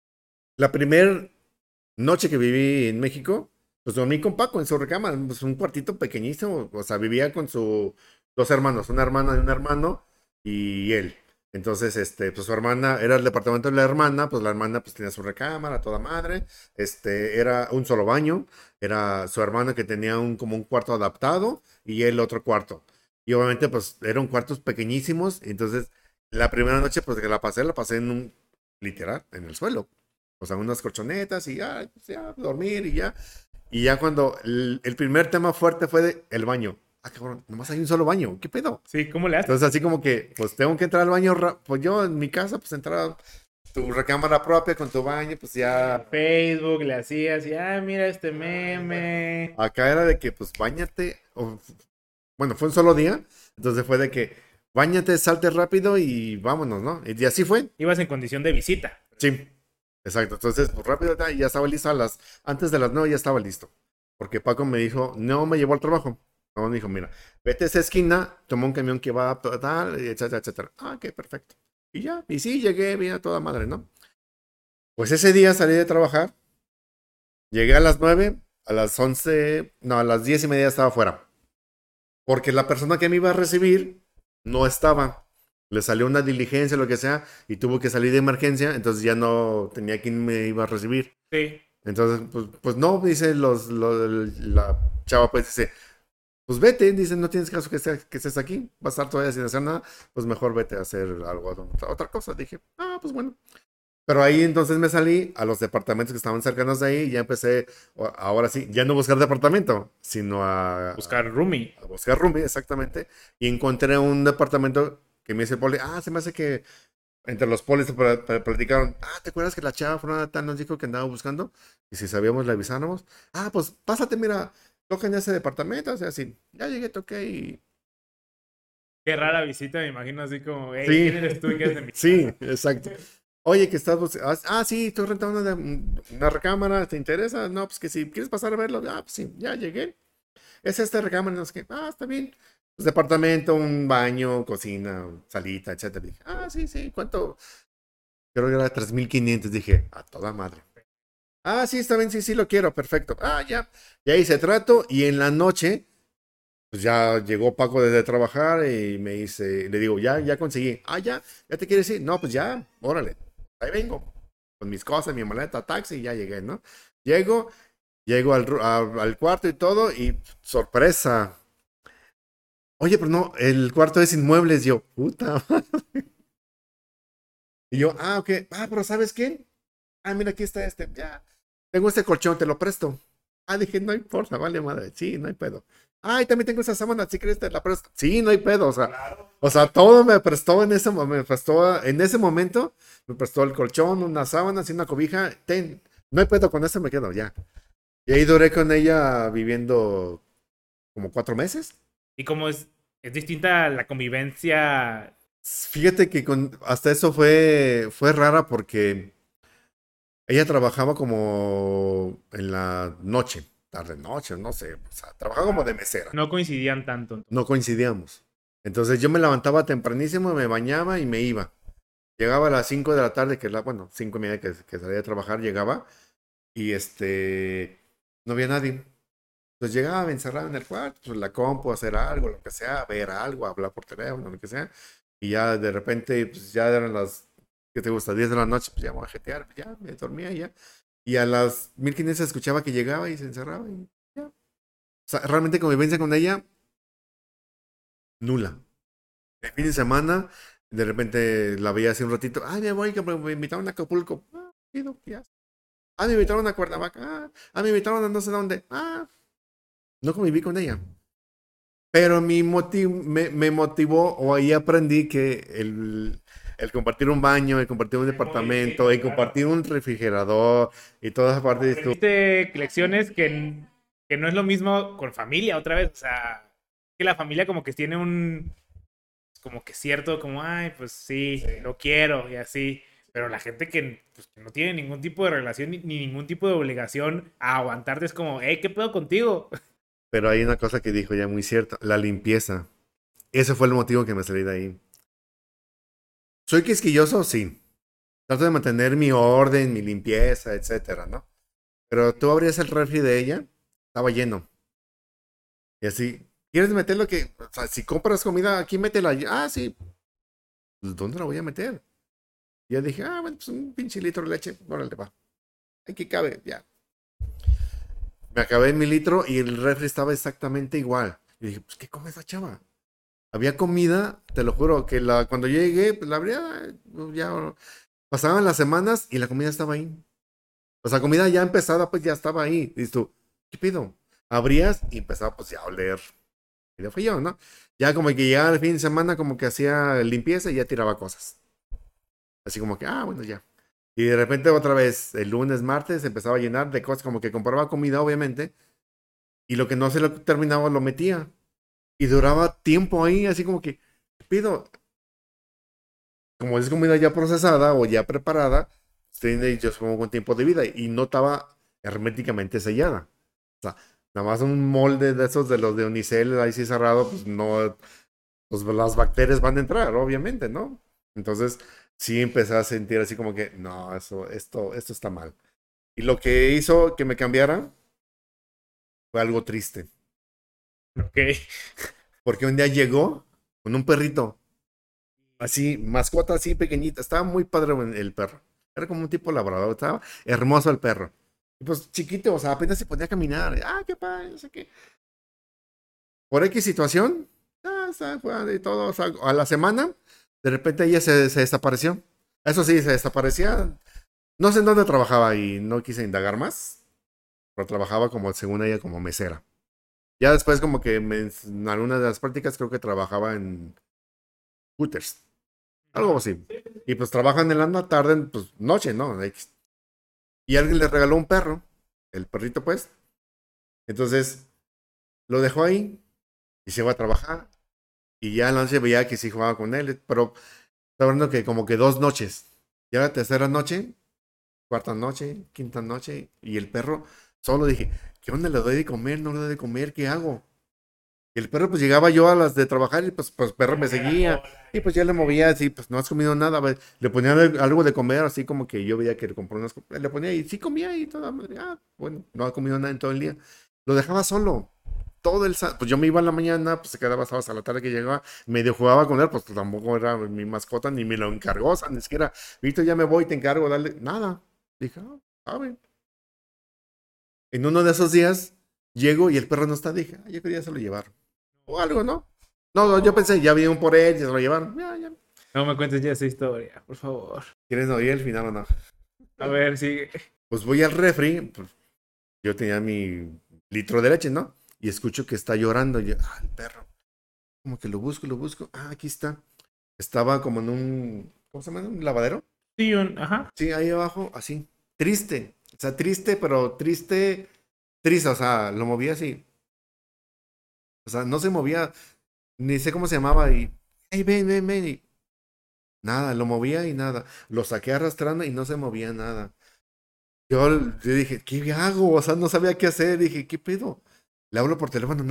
la primera noche que viví en México, pues dormí con Paco en su recámara, pues un cuartito pequeñísimo, o sea, vivía con sus 2 hermanos, una hermana y un hermano, y él. Entonces, pues su hermana, era el departamento de la hermana pues tenía su recámara, toda madre, era un solo baño, era su hermana que tenía como un cuarto adaptado, y él otro cuarto. Y obviamente, pues, eran cuartos pequeñísimos, entonces, la primera noche, pues, que la pasé literal, en el suelo. O sea, unas colchonetas y ya, pues ya, dormir y ya. Y ya cuando el primer tema fuerte fue el baño. Cabrón, nomás hay un solo baño. ¿Qué pedo? Sí, ¿cómo le haces? Entonces, así como que, pues tengo que entrar al baño. Pues yo en mi casa, pues entraba tu recámara propia con tu baño, pues ya. Facebook le hacías y, mira este meme. Acá era de que, pues, báñate. Bueno, fue un solo día. Entonces fue de que, báñate, salte rápido y vámonos, ¿no? Y así fue. Ibas en condición de visita. Sí. Exacto, entonces pues rápido ya estaba listo antes de las 9 ya estaba listo. Porque Paco me dijo, no me llevó al trabajo. No, me dijo, mira, vete a esa esquina, toma un camión que va a tal, etcétera, etcétera. Ok, perfecto. Y ya, y sí, llegué bien a toda madre, ¿no? Pues ese día salí de trabajar, llegué a las 9, a las 11, no, a las 10:30 estaba fuera. Porque la persona que me iba a recibir no estaba. Le salió una diligencia, lo que sea, y tuvo que salir de emergencia, entonces ya no tenía quien me iba a recibir. Sí. Entonces, pues no, dice la chava, pues dice, pues vete, dice, no tienes caso que estés aquí, vas a estar todavía sin hacer nada, pues mejor vete a hacer algo, otra cosa. Dije, pues bueno. Pero ahí entonces me salí a los departamentos que estaban cercanos de ahí y ya empecé, ahora sí, ya no buscar departamento, sino Buscar roomie. a buscar roomie, exactamente. Y encontré un departamento que me dice el poli, se me hace que entre los polis se platicaron, ¿te acuerdas que la chava fulana tal nos dijo que andaba buscando? Y si sabíamos, le avisáramos. Pues pásate, mira, toca en ese departamento, o sea, sí, ya llegué, toqué y... Qué rara visita, me imagino así como, hey, Sí, ¿quién eres tú y qué eres de mi sí, casa? exacto. Oye, que estás sí, estoy rentando una recámara, ¿te interesa? No, pues que si quieres pasar a verlo, pues sí, ya llegué. Es esta recámara, no sé qué, está bien. Pues departamento, un baño, cocina, salita, etcétera. Dije, sí, sí, ¿cuánto? Creo que era 3,500. Dije, a toda madre. Sí, está bien, sí, sí, lo quiero, perfecto. Ya. Ya hice trato y en la noche, pues ya llegó Paco desde trabajar y me dice, le digo, ya conseguí. Ya te quieres ir. No, pues ya, órale, ahí vengo. Con mis cosas, mi maleta, taxi, y ya llegué, ¿no? Llego al cuarto y todo y sorpresa. Oye, pero no, el cuarto es sin muebles. Yo, puta. Y yo, ok. Pero ¿sabes qué? Mira, aquí está ya. Tengo este colchón, te lo presto. Dije, no importa, vale madre. Sí, no hay pedo. Y también tengo esa sábana, si quieres te la presto. Sí, no hay pedo, o sea. Claro. O sea, todo me prestó en ese momento. En ese momento, me prestó el colchón, una sábana, así una cobija. No hay pedo, con eso me quedo, ya. Y ahí duré con ella viviendo como 4 meses. Y como es distinta la convivencia. Fíjate que hasta eso fue rara porque ella trabajaba como en la noche, tarde noche, no sé, o sea, trabajaba como de mesera. No coincidían tanto. No coincidíamos. Entonces yo me levantaba tempranísimo, me bañaba y me iba. Llegaba a las 5 de la tarde, que era, bueno, 5:30 que salía a trabajar, llegaba y no había nadie. Entonces llegaba, me encerraba en el cuarto, pues la compu, hacer algo, lo que sea, ver algo, hablar por teléfono, lo que sea. Y ya de repente, pues ya eran las, ¿qué te gusta? 10 de la noche, pues ya me voy a jetear, pues ya me dormía y ya. Y a las 1500 escuchaba que llegaba y se encerraba y ya. O sea, realmente convivencia con ella, nula. El fin de semana, de repente la veía hace un ratito, ay, me voy, que me invitaron a Acapulco. Ah, chido, ya. Ah, me invitaron a Cuernavaca. Me invitaron a no sé dónde. No conviví con ella. Pero me motivó, o ahí aprendí que el compartir un baño, el compartir un Se departamento, modifica, el claro. compartir un refrigerador y todas esas partes, Aprendiste lecciones que no es lo mismo con familia otra vez. O sea, que la familia como que tiene un, como que cierto, como, ay, pues sí, lo quiero y así. Pero la gente que, pues, que no tiene ningún tipo de relación ni ningún tipo de obligación a aguantarte es como, hey, ¿qué pedo contigo? pero hay una cosa que dijo ya muy cierta, la limpieza. Ese fue el motivo que me salí de ahí. Soy quisquilloso, sí. Trato de mantener mi orden, mi limpieza, etcétera, ¿no? Pero tú abrías el refri de ella, estaba lleno. Y así, ¿quieres meterlo que, o sea, si compras comida, aquí métela? Sí. Pues, ¿dónde la voy a meter? Y yo dije, bueno, pues un pinche litro de leche, órale, va. Aquí cabe, ya. Me acabé mi litro y el refri estaba exactamente igual. Y dije, pues, ¿qué come esa chava? Había comida, te lo juro, que cuando yo llegué, pues la abría, ya pasaban las semanas y la comida estaba ahí. O sea, comida ya empezada, pues ya estaba ahí. Dices tú, ¿qué pido? Abrías y empezaba pues ya a oler. Y le fui yo, ¿no? Ya como que llegaba el fin de semana, como que hacía limpieza y ya tiraba cosas. Así como que, bueno, ya. Y de repente otra vez, el lunes, martes, empezaba a llenar de cosas, como que compraba comida, obviamente, y lo que no se lo terminaba lo metía. Y duraba tiempo ahí, así como que, ¿qué pido? Como es comida ya procesada o ya preparada, tiene yo supongo un tiempo de vida y no estaba herméticamente sellada. O sea, nada más un molde de esos de los de unicel ahí sí cerrado, pues no, pues las bacterias van a entrar, obviamente, ¿no? Entonces sí empecé a sentir así como que, no, esto está mal. Y lo que hizo que me cambiara fue algo triste. Ok. Porque un día llegó con un perrito, así, mascota así pequeñita. Estaba muy padre el perro. Era como un tipo labrador, estaba hermoso el perro. Y pues chiquito, o sea, apenas se podía caminar. Qué padre, no sé qué. Por X situación, fue y todo, o sea, a la semana, de repente ella se desapareció. Eso sí, se desaparecía. No sé en dónde trabajaba y no quise indagar más, pero trabajaba como, según ella, como mesera. Ya después como que en alguna de las prácticas creo que trabajaba en Hooters, algo así. Y pues trabajan en la tarde, pues noche, ¿no? Y alguien le regaló un perro, el perrito pues. Entonces lo dejó ahí y se fue a trabajar. Y ya en la noche veía que sí jugaba con él, pero estaba hablando que como que 2 noches. Ya la tercera noche, cuarta noche, quinta noche, y el perro, solo dije, ¿qué onda le doy de comer? ¿No le doy de comer? ¿Qué hago? Y el perro pues llegaba yo a las de trabajar y pues el perro me seguía. Y pues ya le movía así, pues no has comido nada. Le ponía algo de comer, así como que yo veía que le compró unas. Le ponía y sí comía y toda madre. Bueno, no ha comido nada en todo el día. Lo dejaba solo. Pues yo me iba a la mañana, pues se quedaba hasta la tarde que llegaba, medio jugaba con él, pues tampoco era mi mascota, ni me lo encargó, o sea, ni siquiera, Víctor, ya me voy, te encargo, dale, nada. Dije, sabe. En uno de esos días llego y el perro no está, dije, yo quería se lo llevar. O algo, ¿no? No, yo pensé, ya vinieron por él, ya se lo llevaron. Ya. No me cuentes ya esa historia, por favor. ¿Quieres oír el final o no? A ver, sigue. Pues voy al refri, pues, yo tenía mi litro de leche, ¿no? Y escucho que está llorando. Y yo, el perro. Como que lo busco. Aquí está. Estaba como en un, ¿cómo se llama? ¿Un lavadero? Sí, ajá. Sí, ahí abajo, así. Triste. O sea, triste, pero triste, triste. O sea, lo movía así. O sea, no se movía, ni sé cómo se llamaba. Y, hey, ven. Y nada, lo movía y nada. Lo saqué arrastrando y no se movía nada. Yo dije, ¿qué hago? O sea, no sabía qué hacer. Dije, ¿qué pedo? Le hablo por teléfono,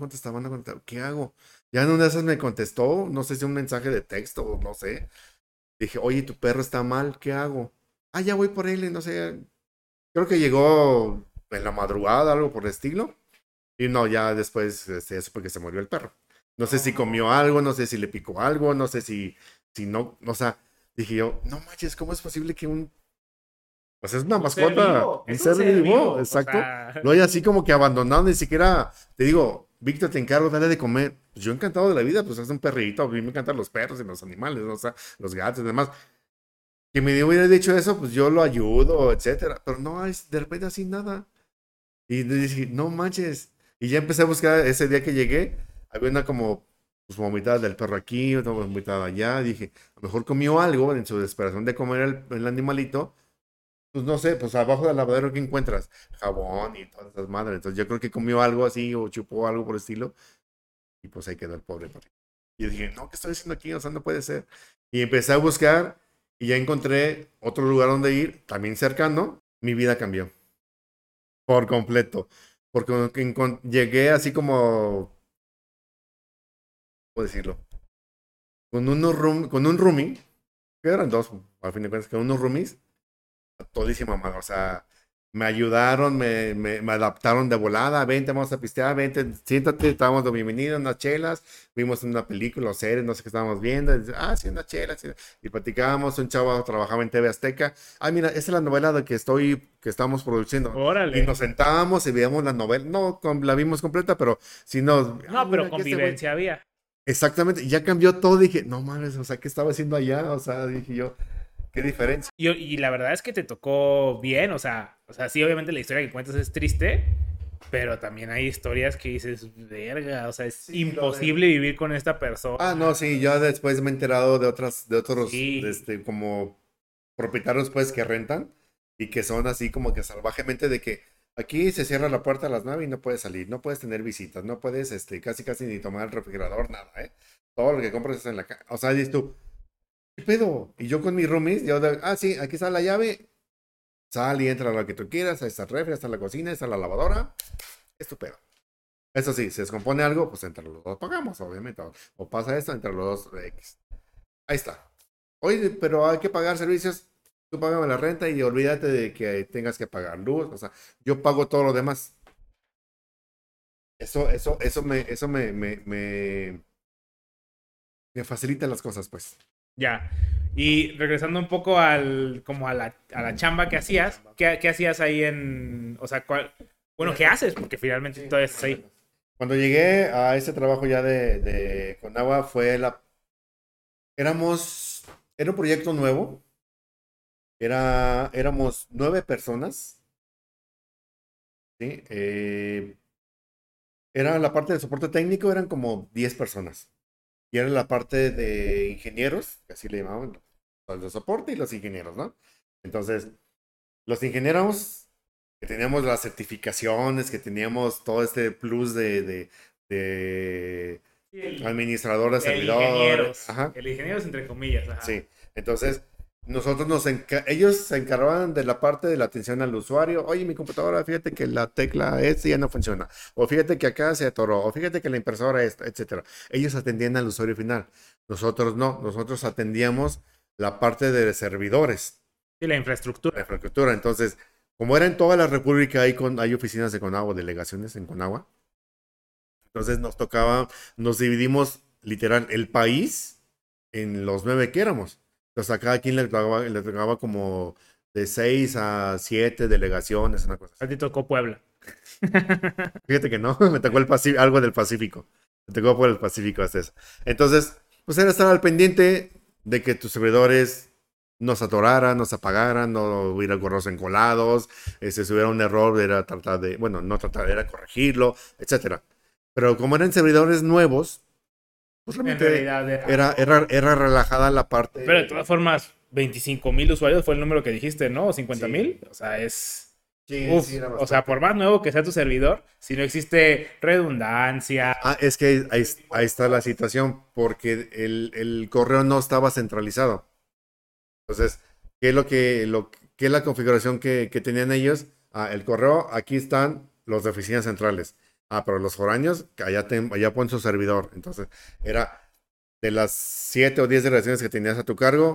no contestaba. ¿Qué hago? Ya en una de esas me contestó, no sé si un mensaje de texto o no sé. Dije, oye, tu perro está mal, ¿qué hago? Ah, ya voy por él, y no sé. Creo que llegó en la madrugada, algo por el estilo. Y no, ya después, eso porque se murió el perro. No sé si comió algo, no sé si le picó algo, no sé si no, o sea, dije yo, no manches, ¿cómo es posible que pues es una Un ser mascota, vivo, un es un ser ser vivo, vivo, o exacto, sea, lo hay así como que abandonado, ni siquiera, te digo, Víctor, te encargo, dale de comer. Pues yo encantado de la vida, pues es un perrito, a mí me encantan los perros y los animales, ¿no? O sea, los gatos y demás. Que me hubiera dicho eso, pues yo lo ayudo, etcétera. Pero no, de repente así nada. Y dije, no manches. Y ya empecé a buscar ese día que llegué. Había una como pues, vomitada del perro aquí, otra vomitada allá. Dije, a lo mejor comió algo en su desesperación de comer el animalito. Pues no sé, pues abajo del lavadero, ¿qué encuentras? Jabón y todas esas madres. Entonces yo creo que comió algo así o chupó algo por el estilo. Y pues ahí quedó el pobre perro. Y dije, no, ¿qué estoy haciendo aquí? O sea, no puede ser. Y empecé a buscar y ya encontré otro lugar donde ir, también cercano. Mi vida cambió por completo. Porque llegué así como, ¿cómo decirlo? Con un roomie, que eran dos, al fin de cuentas, con unos roomies, a todísima madre. O sea, me ayudaron, me adaptaron de volada. Vente, vamos a pistear, vente, siéntate, estábamos de bienvenido, unas chelas, vimos una película o serie, no sé qué estábamos viendo. Y dice, ah, sí, una chela, sí. Y platicábamos, un chavo trabajaba en TV Azteca. Ah, mira, esa es la novela de que estamos produciendo. Y órale. nos sentábamos y veíamos la novela, no la vimos completa, pero si nos, ah, No, pero mira, que este güey. convivencia había. Exactamente, y ya cambió todo. Dije, no mames, o sea, ¿qué estaba haciendo allá? O sea, dije yo, qué diferencia. Y la verdad es que te tocó bien, o sea, sí, obviamente la historia que cuentas es triste, pero también hay historias que dices, verga, o sea, es Sí, lo de. imposible vivir con esta Ah, no, persona. sí, yo después me he enterado de otros, Sí, como propietarios, pues, que rentan y que son así como que salvajemente de que aquí se cierra la puerta a las 9 y no puedes salir, no puedes tener visitas, no puedes, casi casi ni tomar el refrigerador, nada, ¿eh? Todo lo que compras es en la casa. O sea, dices tú, ¿qué pedo? Y yo con mis roomies, sí, aquí está la llave, sal y entra a lo que tú quieras, ahí está el refri, ahí está la cocina, ahí está la lavadora, es tu pedo. Eso sí, se descompone algo, pues entre los dos pagamos, obviamente. O pasa esto entre los dos X. Ahí está. Oye, pero hay que pagar servicios. Tú págame la renta y olvídate de que tengas que pagar luz. O sea, yo pago todo lo demás. Me facilita las cosas, pues. ya. Y regresando un poco como a la chamba que hacías, ¿qué hacías ahí o sea, bueno, ¿qué haces? Porque finalmente todavía estás ahí. Cuando llegué a ese trabajo ya de Conagua éramos, era un proyecto nuevo. Éramos 9 personas, ¿sí? Era la parte de soporte técnico, eran como 10 personas. Y era la parte de ingenieros, que así le llamaban, los de soporte y los ingenieros, ¿no? Entonces, los ingenieros, que teníamos las certificaciones, que teníamos todo este plus de Sí, administrador de el servidores, ingenieros. ajá, El ingenieros entre comillas, ajá. sí. Entonces, ellos se encargaban de la parte de la atención al usuario. Oye, mi computadora, fíjate que la tecla esta ya no funciona. O fíjate que acá se atoró. O fíjate que la impresora esta, etcétera. Ellos atendían al usuario final. Nosotros no. Nosotros atendíamos la parte de servidores, Sí, la la infraestructura. infraestructura. Entonces, como era en toda la República, hay oficinas de Conagua, delegaciones en Conagua. Entonces nos dividimos literal el país en los 9 que éramos. Entonces a cada quien le tocaba como de 6 a 7 delegaciones, una cosa A así. ti tocó Puebla. Fíjate que no, me tocó algo del Pacífico. Me tocó por el Pacífico hasta eso. Entonces, pues era estar al pendiente de que tus servidores no se atoraran, no se apagaran, no hubiera correos encolados, si hubiera un error, era tratar de, bueno, no tratar, era corregirlo, etcétera. Pero como eran servidores nuevos, pues En realmente realidad era. era relajada la Pero de parte. todas formas, 25,000 usuarios fue el número que dijiste, ¿no? O 50 Sí, mil. O sea, es. sí, sí, Uf. era O sea, por bastante. más nuevo que sea tu servidor, si no existe redundancia. Ah, es que ahí está la situación, porque el correo no estaba centralizado. Entonces, ¿qué es qué es la configuración que tenían ellos? Ah, el correo, aquí están los de oficinas centrales. Ah, pero los foráneos, que allá pon su servidor. Entonces, era de las 7 o 10 delegaciones que tenías a tu cargo,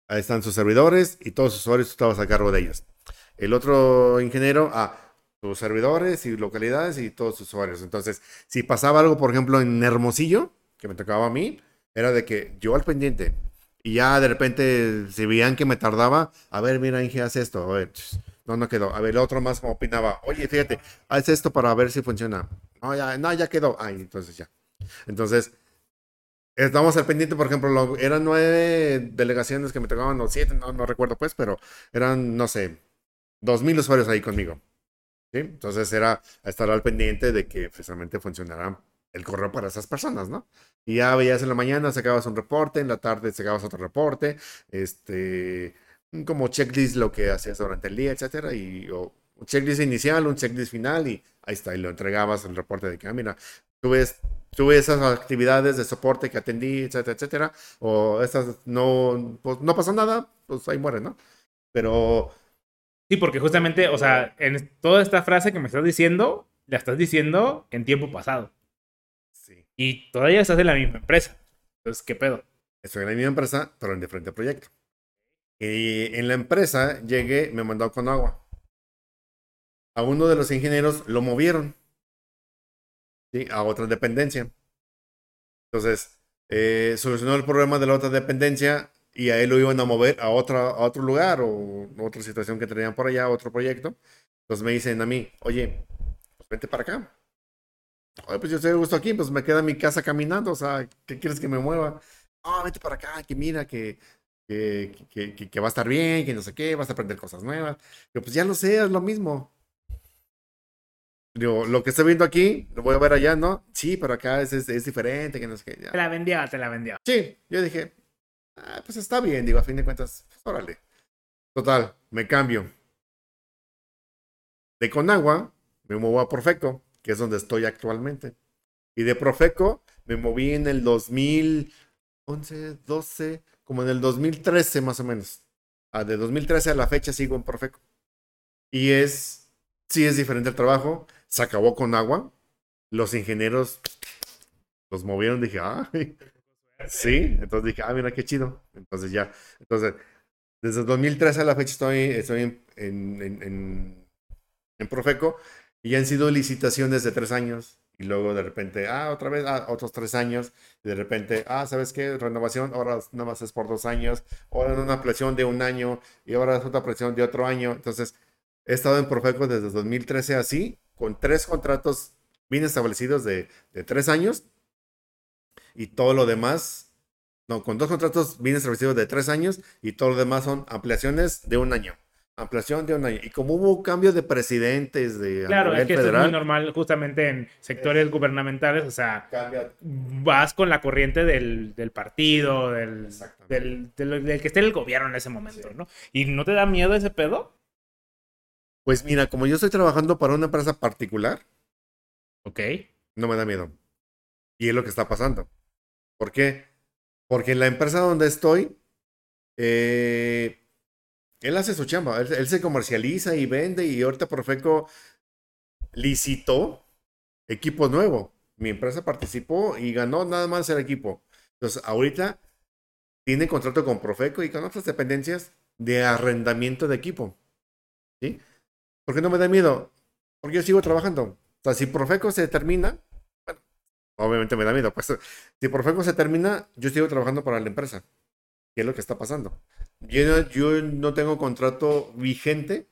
ahí están sus servidores y todos sus usuarios, tú estabas a cargo de ellos. El otro ingeniero, sus servidores y localidades y todos sus usuarios. Entonces, si pasaba algo, por ejemplo, en Hermosillo, que me tocaba a mí, era de que yo al pendiente. Y ya de repente, si veían que me tardaba, a ver, mira, Inge, haz esto. A ver, no, no quedó. A ver, el otro más como opinaba, oye, fíjate, haz esto para ver si funciona. No, ya, no, ya quedó. Ay, entonces ya. Entonces, estamos al pendiente, por ejemplo, eran 9 delegaciones que me tocaban, o 7, no, no recuerdo pues, pero eran, no sé, 2000 usuarios ahí conmigo. ¿Sí? Entonces era estar al pendiente de que precisamente funcionara el correo para esas personas, ¿no? Y ya veías en la mañana, sacabas un reporte, en la tarde sacabas otro reporte, como checklist lo que hacías durante el día, etcétera, y o un checklist inicial, un checklist final, y ahí está, y lo entregabas el reporte de que, mira, tuve, tuve esas actividades de soporte que atendí, etcétera, etcétera, o estas no, pues no pasa nada, pues ahí muere, ¿no? Pero Sí, porque justamente, o sea, en toda esta frase que me estás diciendo, la estás diciendo en tiempo pasado. sí. Y todavía estás en la misma empresa. Entonces, ¿qué pedo? Estoy en la misma empresa, pero en diferente proyecto. Y en la empresa llegué, me mandó con agua. A uno de los ingenieros lo movieron, ¿sí? A otra dependencia. Entonces, solucionó el problema de la otra dependencia y a él lo iban a mover a otro lugar o otra situación que tenían por allá, otro proyecto. Entonces me dicen a mí, oye, pues vente para acá. Oye, pues yo estoy de gusto aquí, pues me queda en mi casa caminando, o sea, ¿qué quieres que me mueva? Ah, vete para acá, que mira, que va a estar bien, que no sé qué, vas a aprender cosas nuevas. Pero pues ya lo sé, es lo mismo. Digo, lo que estoy viendo aquí, lo voy a ver allá, ¿no? Sí, pero acá es diferente, que no sé qué. Te Ya. la vendió, te la vendió. Sí, yo dije, pues está bien, digo, a fin de cuentas, pues órale. Total, me cambio. De Conagua, me muevo a Profeco, que es donde estoy actualmente. Y de Profeco, me moví en el 2011, 12, como en el 2013 más o menos. De 2013 a la fecha sigo en Profeco. Y sí es diferente el trabajo. Se acabó con agua. Los ingenieros los movieron. Dije, ay, sí. Entonces dije, mira qué chido. Entonces ya. Entonces, desde 2013 a la fecha estoy en Profeco. Y ya han sido licitaciones de 3 años. Y luego de repente, otra vez, otros 3 años. Y de repente, ¿sabes qué? Renovación, ahora nada más es por 2 años. Ahora una ampliación de un año. Y ahora es otra ampliación de otro año. Entonces, he estado en Profeco desde 2013 así, con 3 contratos bien establecidos de 3 años. Y todo lo demás, no, con 2 contratos bien establecidos de 3 años. Y todo lo demás son ampliaciones de un año. Ampliación de un año. Y como hubo cambio de presidentes a Claro, es nivel que eso es muy federal, normal justamente en sectores gubernamentales, o sea, cambia. vas con la corriente del partido, Exactamente. del que esté en el gobierno en ese momento, Sí. ¿no? ¿Y no te da miedo ese pedo? Pues mira, como yo estoy trabajando para una empresa particular, Ok. no me da miedo. Y es lo que está pasando. ¿Por qué? Porque en la empresa donde estoy, eh, él hace su chamba. Él se comercializa y vende y ahorita Profeco licitó equipo nuevo. Mi empresa participó y ganó nada más el equipo. Entonces, ahorita tiene contrato con Profeco y con otras dependencias de arrendamiento de equipo. ¿Sí? ¿Por qué no me da miedo? Porque yo sigo trabajando. O sea, si Profeco se termina, obviamente me da miedo. Pues si Profeco se termina, yo sigo trabajando para la empresa. ¿Qué es lo que está pasando? Yo no tengo contrato vigente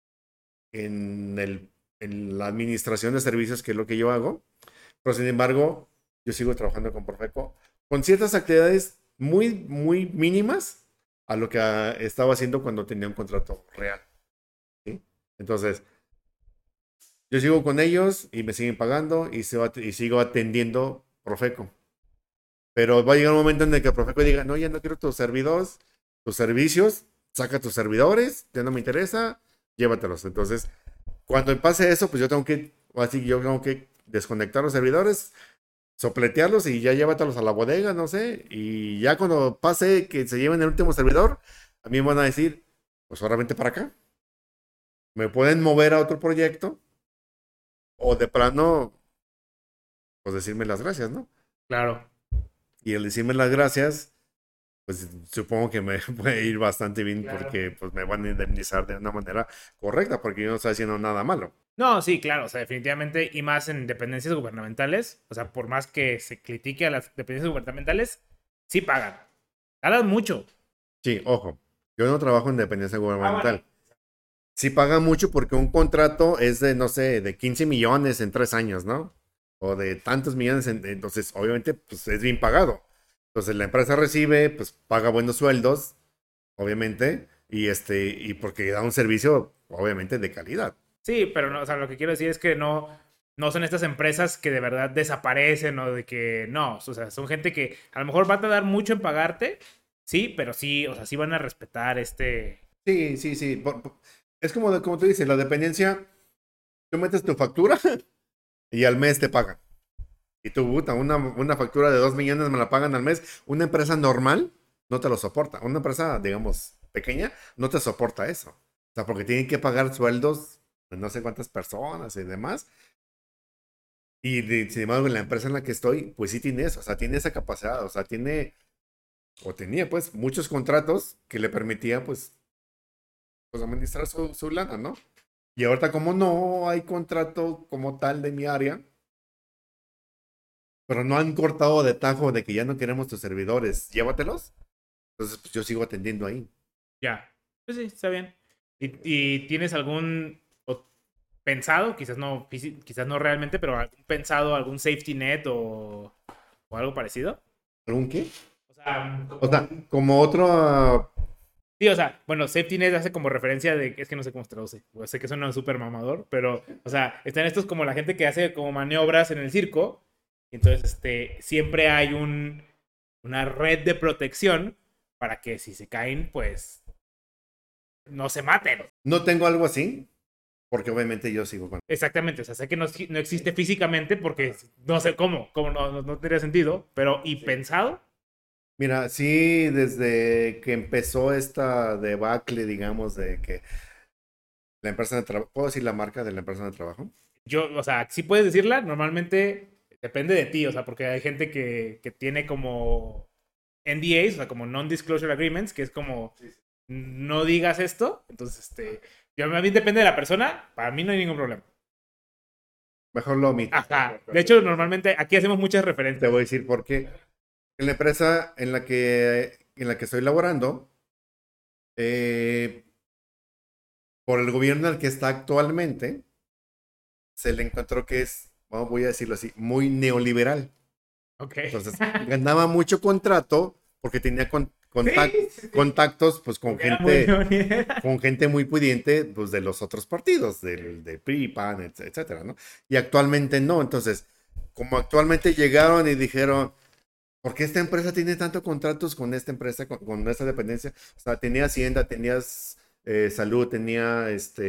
en la administración de servicios, que es lo que yo hago. Pero sin embargo, yo sigo trabajando con Profeco con ciertas actividades muy, muy mínimas a lo que estaba haciendo cuando tenía un contrato real. ¿Sí? Entonces, yo sigo con ellos y me siguen pagando y sigo atendiendo Profeco. Pero va a llegar un momento en el que Profeco diga, no, ya no quiero tus servidores, tus servicios, saca tus servidores, ya no me interesa, llévatelos. Entonces, cuando pase eso, pues yo tengo que desconectar los servidores, sopletearlos y ya llévatelos a la bodega, no sé. Y ya cuando pase que se lleven el último servidor, a mí me van a decir, pues ahora vente para acá. Me pueden mover a otro proyecto o de plano, pues decirme las gracias, ¿no? Claro. Y el decirme las gracias, pues supongo que me puede ir bastante bien Claro. porque pues me van a indemnizar de una manera correcta porque yo no estoy haciendo nada malo. No, sí, claro, o sea, definitivamente, y más en dependencias gubernamentales, o sea, por más que se critique a las dependencias gubernamentales, sí pagan. Pagan mucho. Sí, ojo, yo no trabajo en dependencia Ah, bueno. gubernamental. Sí paga mucho porque un contrato es de, no sé, de 15 millones en 3 años, ¿no? O de tantos millones, entonces obviamente pues es bien pagado. Entonces la empresa recibe, pues paga buenos sueldos, obviamente, y porque da un servicio, obviamente, de calidad. Sí, pero no, o sea, lo que quiero decir es que no, no son estas empresas que de verdad desaparecen o de que no, o sea, son gente que a lo mejor va a tardar mucho en pagarte, sí, pero sí, o sea, sí van a respetar este. Sí, sí, sí. Es como tú dices, la dependencia, tú metes tu factura y al mes te pagan. Y tú, puta, una factura de 2 millones me la pagan al mes. Una empresa normal no te lo soporta. Una empresa, digamos, pequeña, no te soporta eso. O sea, porque tienen que pagar sueldos de no sé cuántas personas y demás. Y sin embargo, en la empresa en la que estoy, pues sí tiene eso. O sea, tiene esa capacidad. O sea, o tenía pues muchos contratos que le permitían pues administrar su lana, ¿no? Y ahorita como no hay contrato como tal de mi área, pero no han cortado de tajo de que ya no queremos tus servidores, llévatelos. Entonces, pues yo sigo atendiendo ahí. Ya, pues sí, está bien. Y tienes algún pensado, quizás no realmente, pero algún pensado, algún safety net o algo parecido? ¿Algún qué? O sea, O como sea, un. como otro, Sí, o sea, bueno, safety net hace como referencia de, es que no sé cómo se traduce, o sé que suena súper mamador, pero, o sea, están estos como la gente que hace como maniobras en el circo, y entonces, siempre hay una red de protección para que si se caen, pues, no se maten. no tengo algo así, porque obviamente yo sigo con... Exactamente, o sea, sé que no, no existe físicamente porque no sé cómo no tendría sentido, pero, ¿y pensado? Mira, sí, desde que empezó esta debacle, digamos, de que la empresa de trabajo, ¿puedo decir la marca de la empresa de trabajo? Yo, o sea, sí puedes decirla, normalmente depende de ti, o sea, porque hay gente que tiene como NDAs, o sea, como Non-Disclosure Agreements, que es como, no digas esto, entonces, yo a mí depende de la persona, para mí no hay ningún problema. Mejor lo omito. Ajá, de hecho, normalmente aquí hacemos muchas Te referencias. voy a decir por qué. En la empresa en la que estoy laborando, eh, por el gobierno en el que está actualmente, se le encontró que es, voy a decirlo así, muy neoliberal. Ok. Entonces, ganaba mucho contrato porque tenía Sí, sí, sí. contactos pues Porque era muy leonera. con gente muy pudiente pues de los otros partidos, del PRI, PAN, etcétera, ¿no? Y actualmente no. Entonces, como actualmente llegaron y dijeron, ¿por qué esta empresa tiene tantos contratos con esta empresa, con esta dependencia? O sea, tenía Hacienda, tenías salud, tenía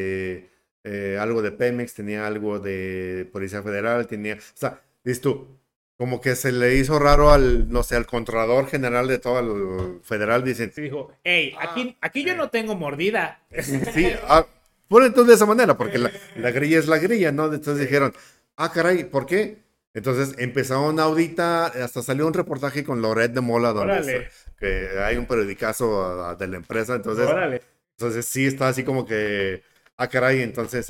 algo de Pemex, tenía algo de Policía Federal, tenía, o sea, dices tú, como que se le hizo raro al, no sé, al Contralor General de todo el federal, dicen, Sí, dijo, hey, ah, aquí yo no tengo mordida. sí, ponen todo de esa manera, porque la grilla es la grilla, ¿no? Entonces dijeron, caray, ¿por qué? Entonces empezaron ahorita, hasta salió un reportaje con Loret de Mola, donde Órale, que hay un periodicazo de la empresa, órale. entonces sí está así como que, caray, entonces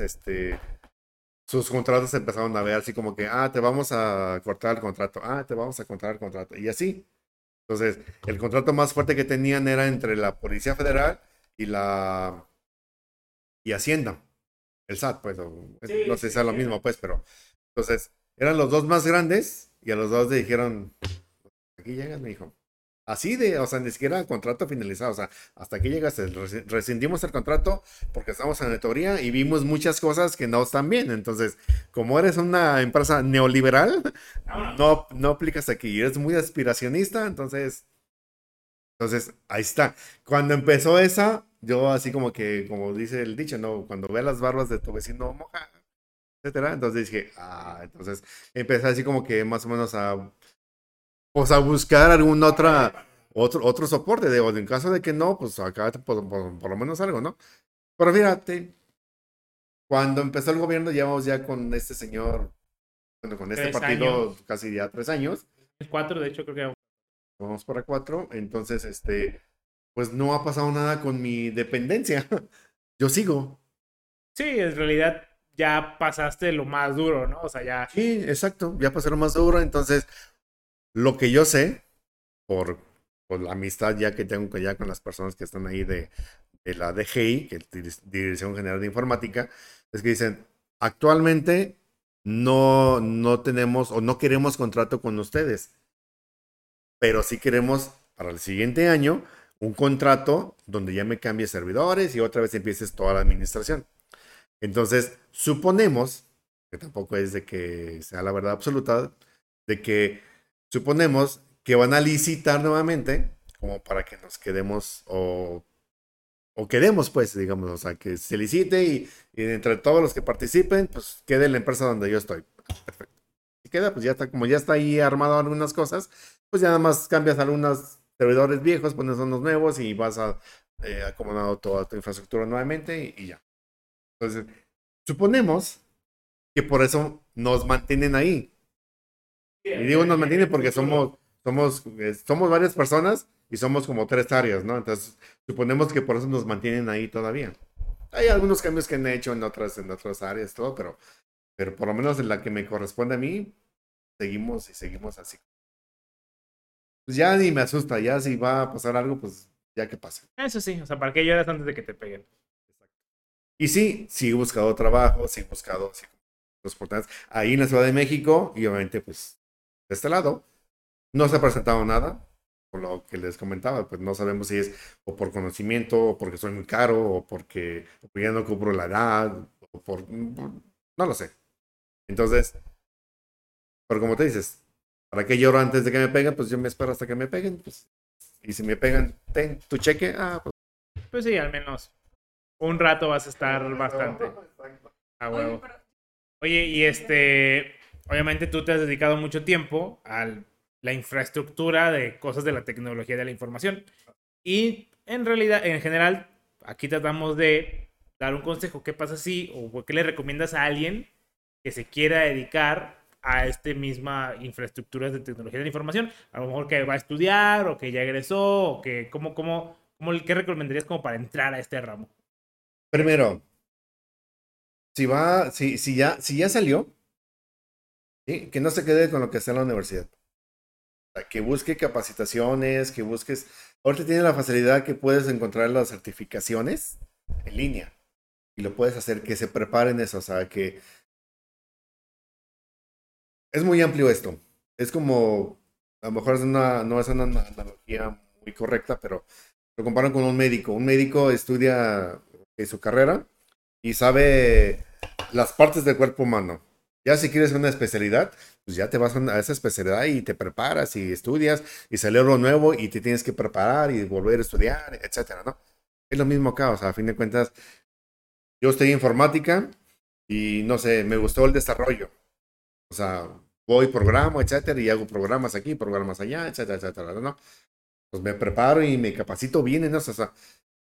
sus contratos empezaron a ver así como que, te vamos a cortar el contrato, te vamos a cortar el contrato, y así. Entonces, el contrato más fuerte que tenían era entre la Policía Federal y y Hacienda, el SAT, pues, no Sí, sé si sí, sea lo entiendo. mismo, pues, pero entonces eran los dos más grandes y a los dos le dijeron, aquí llegas, me dijo. Así de, o sea, ni siquiera el contrato finalizado, o sea, hasta aquí llegaste, rescindimos el contrato porque estamos en auditoría y vimos muchas cosas que no están bien. Entonces, como eres una empresa neoliberal, Vámonos. no aplicas aquí, eres muy aspiracionista, entonces, ahí está. Cuando empezó esa, yo así como que, como dice el dicho, ¿no? Cuando ve las barbas de tu vecino moja, etcétera. Entonces dije, entonces empecé así como que más o menos pues a buscar algún otro soporte. En caso de que no, pues acá por lo menos algo, ¿no? Pero fíjate, cuando empezó el gobierno, llevamos ya con este señor, bueno, con este 3 años, partido casi ya 3 años. 4 de hecho creo que. vamos para 4. Entonces, pues no ha pasado nada con mi dependencia. Yo sigo. Sí, en realidad ya pasaste lo más duro, ¿no? O sea, ya. Sí, exacto. Ya pasé lo más duro. Entonces, lo que yo sé, por, por la amistad ya que tengo ya con las personas que están ahí de la DGI, que es Dirección General de Informática, es que dicen, actualmente no tenemos o no queremos contrato con ustedes, pero sí queremos para el siguiente año un contrato donde ya me cambie servidores y otra vez empieces toda la administración. Entonces, suponemos, que tampoco es de que sea la verdad absoluta, de que suponemos que van a licitar nuevamente como para que nos quedemos o quedemos, pues, digamos, o sea, que se licite y entre todos los que participen, pues quede la empresa donde yo estoy. Perfecto. Si queda, pues ya está, como ya está ahí armado algunas cosas, pues ya nada más cambias algunos servidores viejos, pones unos nuevos y vas a acomodando toda tu infraestructura nuevamente y ya. Entonces, suponemos que por eso nos mantienen ahí. Y digo nos mantienen porque somos varias personas y somos como 3 áreas, ¿no? Entonces, suponemos que por eso nos mantienen ahí todavía. Hay algunos cambios que han hecho en otras áreas, todo, pero por lo menos en la que me corresponde a mí, seguimos y seguimos así. Pues ya ni me asusta, ya si va a pasar algo, pues ya que pase. Eso sí, o sea, ¿para qué lloras antes de que te peguen? Y sí he buscado trabajo, sí he buscado sí, los oportunidades ahí en la Ciudad de México y obviamente pues de este lado no se ha presentado nada, por lo que les comentaba, pues no sabemos si es o por conocimiento, o porque soy muy caro, o porque ya no cubro la edad, no lo sé. Entonces, pero como te dices, ¿para qué lloro antes de que me peguen? Pues yo me espero hasta que me peguen, pues, y si me pegan, ten tu cheque, pues. Pues sí, al menos un rato vas a estar bastante a huevo. Oye, y obviamente tú te has dedicado mucho tiempo a la infraestructura de cosas de la tecnología de la información. Y en realidad, en general, aquí tratamos de dar un consejo. ¿Qué pasa si, o qué le recomiendas a alguien que se quiera dedicar a esta misma infraestructura de tecnología de la información? A lo mejor que va a estudiar, o que ya egresó, o que, ¿qué recomendarías como para entrar a este ramo? Primero, si ya salió, ¿sí? Que no se quede con lo que está en la universidad. O sea, que busque capacitaciones, que busques. Ahorita tiene la facilidad que puedes encontrar las certificaciones en línea y lo puedes hacer, que se preparen eso. O sea, que es muy amplio esto. Es como, a lo mejor no es una analogía muy correcta, pero lo comparan con un médico. Un médico estudia su carrera y sabe las partes del cuerpo humano. Ya si quieres una especialidad, pues ya te vas a esa especialidad y te preparas y estudias y sale algo nuevo y te tienes que preparar y volver a estudiar, etcétera, ¿no? Es lo mismo acá, o sea, a fin de cuentas, yo estoy en informática y no sé, me gustó el desarrollo. O sea, voy, programo, etcétera, y hago programas aquí, programas allá, etcétera, etcétera, ¿no? Pues me preparo y me capacito bien en eso, o sea,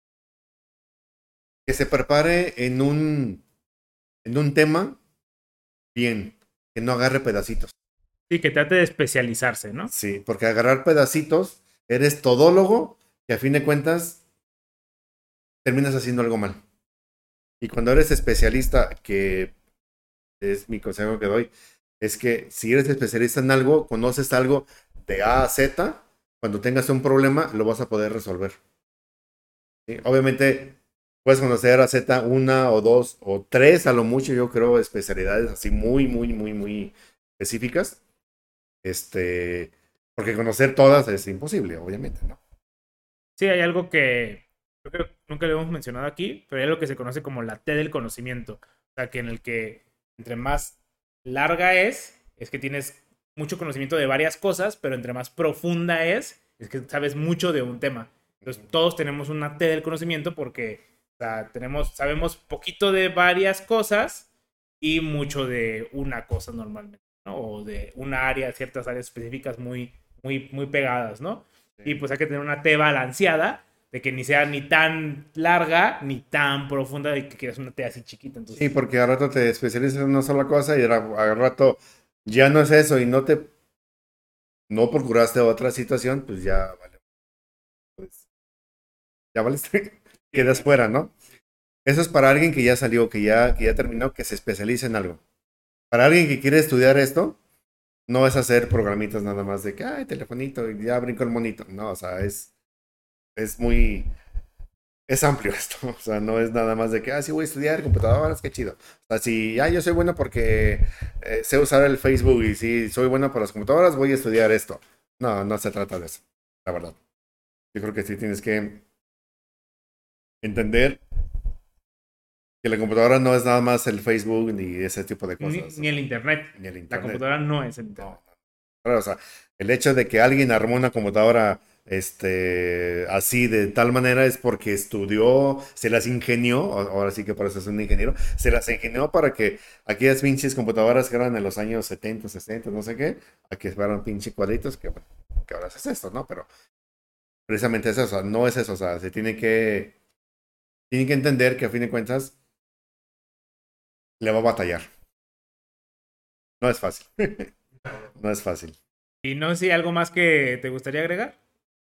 que se prepare en un tema bien, que no agarre pedacitos. Sí, que trate de especializarse, ¿no? Sí, porque agarrar pedacitos, eres todólogo, que a fin de cuentas terminas haciendo algo mal. Y cuando eres especialista, que es mi consejo que doy, es que si eres especialista en algo, conoces algo de A a Z, cuando tengas un problema, lo vas a poder resolver. ¿Sí? Obviamente, puedes conocer a Z una o dos o tres, a lo mucho, yo creo, especialidades así muy, muy, muy, muy específicas. Este, porque conocer todas es imposible, obviamente, ¿no? Sí, hay algo que creo que nunca lo hemos mencionado aquí, pero hay algo que se conoce como la T del conocimiento. O sea, que en el que entre más larga es que tienes mucho conocimiento de varias cosas, pero entre más profunda es que sabes mucho de un tema. Entonces, todos tenemos una T del conocimiento porque, o sea, sabemos poquito de varias cosas y mucho de una cosa normalmente, ¿no? O de una área, ciertas áreas específicas muy, muy, muy pegadas, ¿no? Y pues hay que tener una T balanceada, de que ni sea ni tan larga ni tan profunda, de que quieras una T así chiquita. Sí, Entonces, porque al rato te especializas en una sola cosa y al rato ya no es eso y no procuraste otra situación, pues ya vale. Pues, ya vale, quedas fuera, ¿no? Eso es para alguien que ya salió, que ya terminó, que se especializa en algo. Para alguien que quiere estudiar esto, no es hacer programitas nada más de que, ay, telefonito, y ya brinco el monito. No, o sea, es muy, es amplio esto. O sea, no es nada más de que, sí voy a estudiar computadoras, qué chido. O sea, si, yo soy bueno porque sé usar el Facebook y si soy bueno para las computadoras, voy a estudiar esto. No, no se trata de eso, la verdad. Yo creo que sí tienes que entender que la computadora no es nada más el Facebook ni ese tipo de cosas. Ni el internet. Ni el La internet. computadora no es el internet. No. O sea, el hecho de que alguien armó una computadora así de tal manera es porque estudió, se las ingenió, ahora sí que por eso es un ingeniero, se las ingenió para que aquellas pinches computadoras que eran en los años 70, 60, no sé qué, aquí fueran pinches cuadritos, que, bueno, que ahora es esto, ¿no? Pero precisamente es eso, o sea, no es eso, o sea, se tiene que entender que a fin de cuentas le va a batallar. No es fácil. No es fácil. Y no sé si algo más que te gustaría agregar.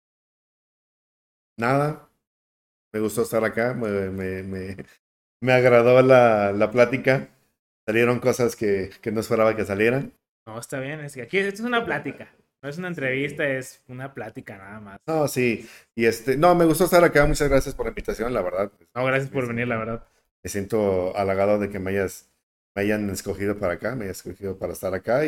Nada. Me gustó estar acá. Me agradó la plática. Salieron cosas que no esperaba que salieran. No, está bien. Es que aquí esto es una plática. No es una entrevista, es una plática nada más. No, sí. Y no, me gustó estar acá. Muchas gracias por la invitación, la verdad. No, gracias por venir, la verdad. Me siento halagado de que me hayan escogido para acá, me hayan escogido para estar acá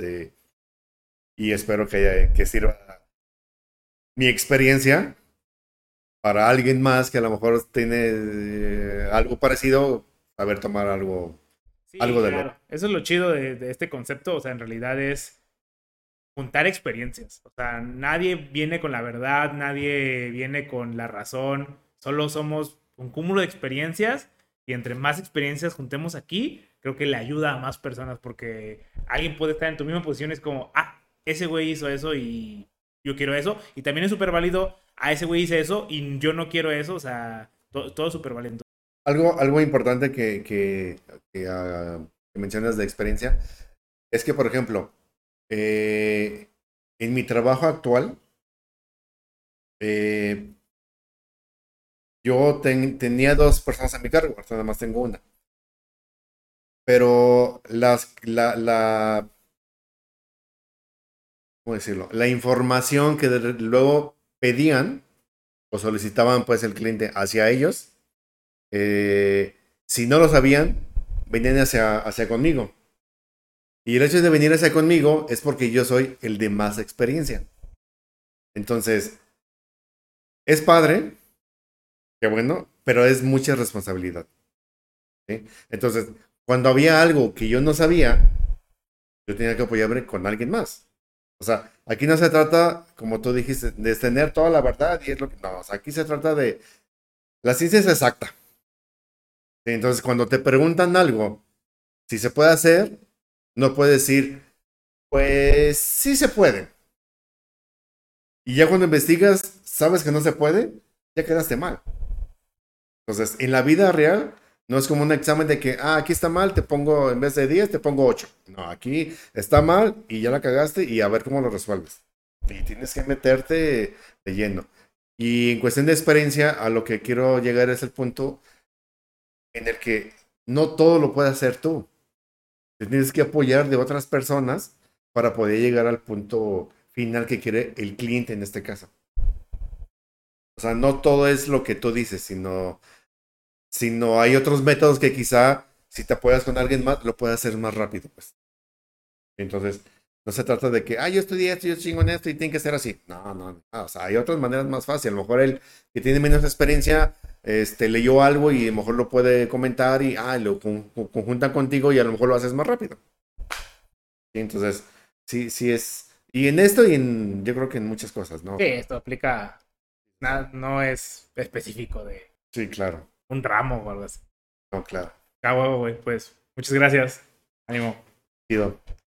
y espero que sirva mi experiencia para alguien más que a lo mejor tiene algo parecido, saber tomar algo, Sí, algo de claro. Eso es lo chido de este concepto. O sea, en realidad es juntar experiencias. O sea, nadie viene con la verdad, nadie viene con la razón. Solo somos un cúmulo de experiencias y entre más experiencias juntemos aquí, creo que le ayuda a más personas porque alguien puede estar en tu misma posición. Es como, ese güey hizo eso y yo quiero eso. Y también es súper válido, ese güey hizo eso y yo no quiero eso. O sea, todo es súper válido. algo importante que mencionas de experiencia es que, por ejemplo, en mi trabajo actual, eh, yo tenía dos personas a mi cargo, ahorita nada más tengo una. Pero ¿cómo decirlo? La información que luego pedían o solicitaban pues el cliente hacia ellos, si no lo sabían, venían hacia conmigo. Y el hecho de venir hacia conmigo es porque yo soy el de más experiencia. Entonces, es padre, qué bueno, pero es mucha responsabilidad. ¿Sí? Entonces, cuando había algo que yo no sabía, yo tenía que apoyarme con alguien más. O sea, aquí no se trata, como tú dijiste, de tener toda la verdad y es lo que... No, o sea, aquí se trata de... La ciencia es exacta. ¿Sí? Entonces, cuando te preguntan algo, si se puede hacer, no puedes decir, pues sí se puede. Y ya cuando investigas, sabes que no se puede, ya quedaste mal. Entonces, en la vida real, no es como un examen de que, aquí está mal, te pongo, en vez de 10 te pongo 8. No, aquí está mal y ya la cagaste y a ver cómo lo resuelves. Y tienes que meterte de lleno. Y en cuestión de experiencia, a lo que quiero llegar es el punto en el que no todo lo puedes hacer tú. Te tienes que apoyar de otras personas para poder llegar al punto final que quiere el cliente en este caso. O sea, no todo es lo que tú dices, sino hay otros métodos que quizá si te apoyas con alguien más, lo puedes hacer más rápido. Pues. Entonces, no se trata de que, yo estudié esto, yo chingo en esto y tiene que ser así. No, no, no. O sea, hay otras maneras más fáciles. A lo mejor él que tiene menos experiencia, leyó algo y a lo mejor lo puede comentar y lo conjuntan contigo y a lo mejor lo haces más rápido. Sí, entonces, sí es. Y en esto y yo creo que en muchas cosas, ¿no? Sí, esto aplica, nada, no es específico de Sí, claro. un ramo o algo así. No, claro. Huevo, güey, pues muchas gracias. Ánimo. Pido.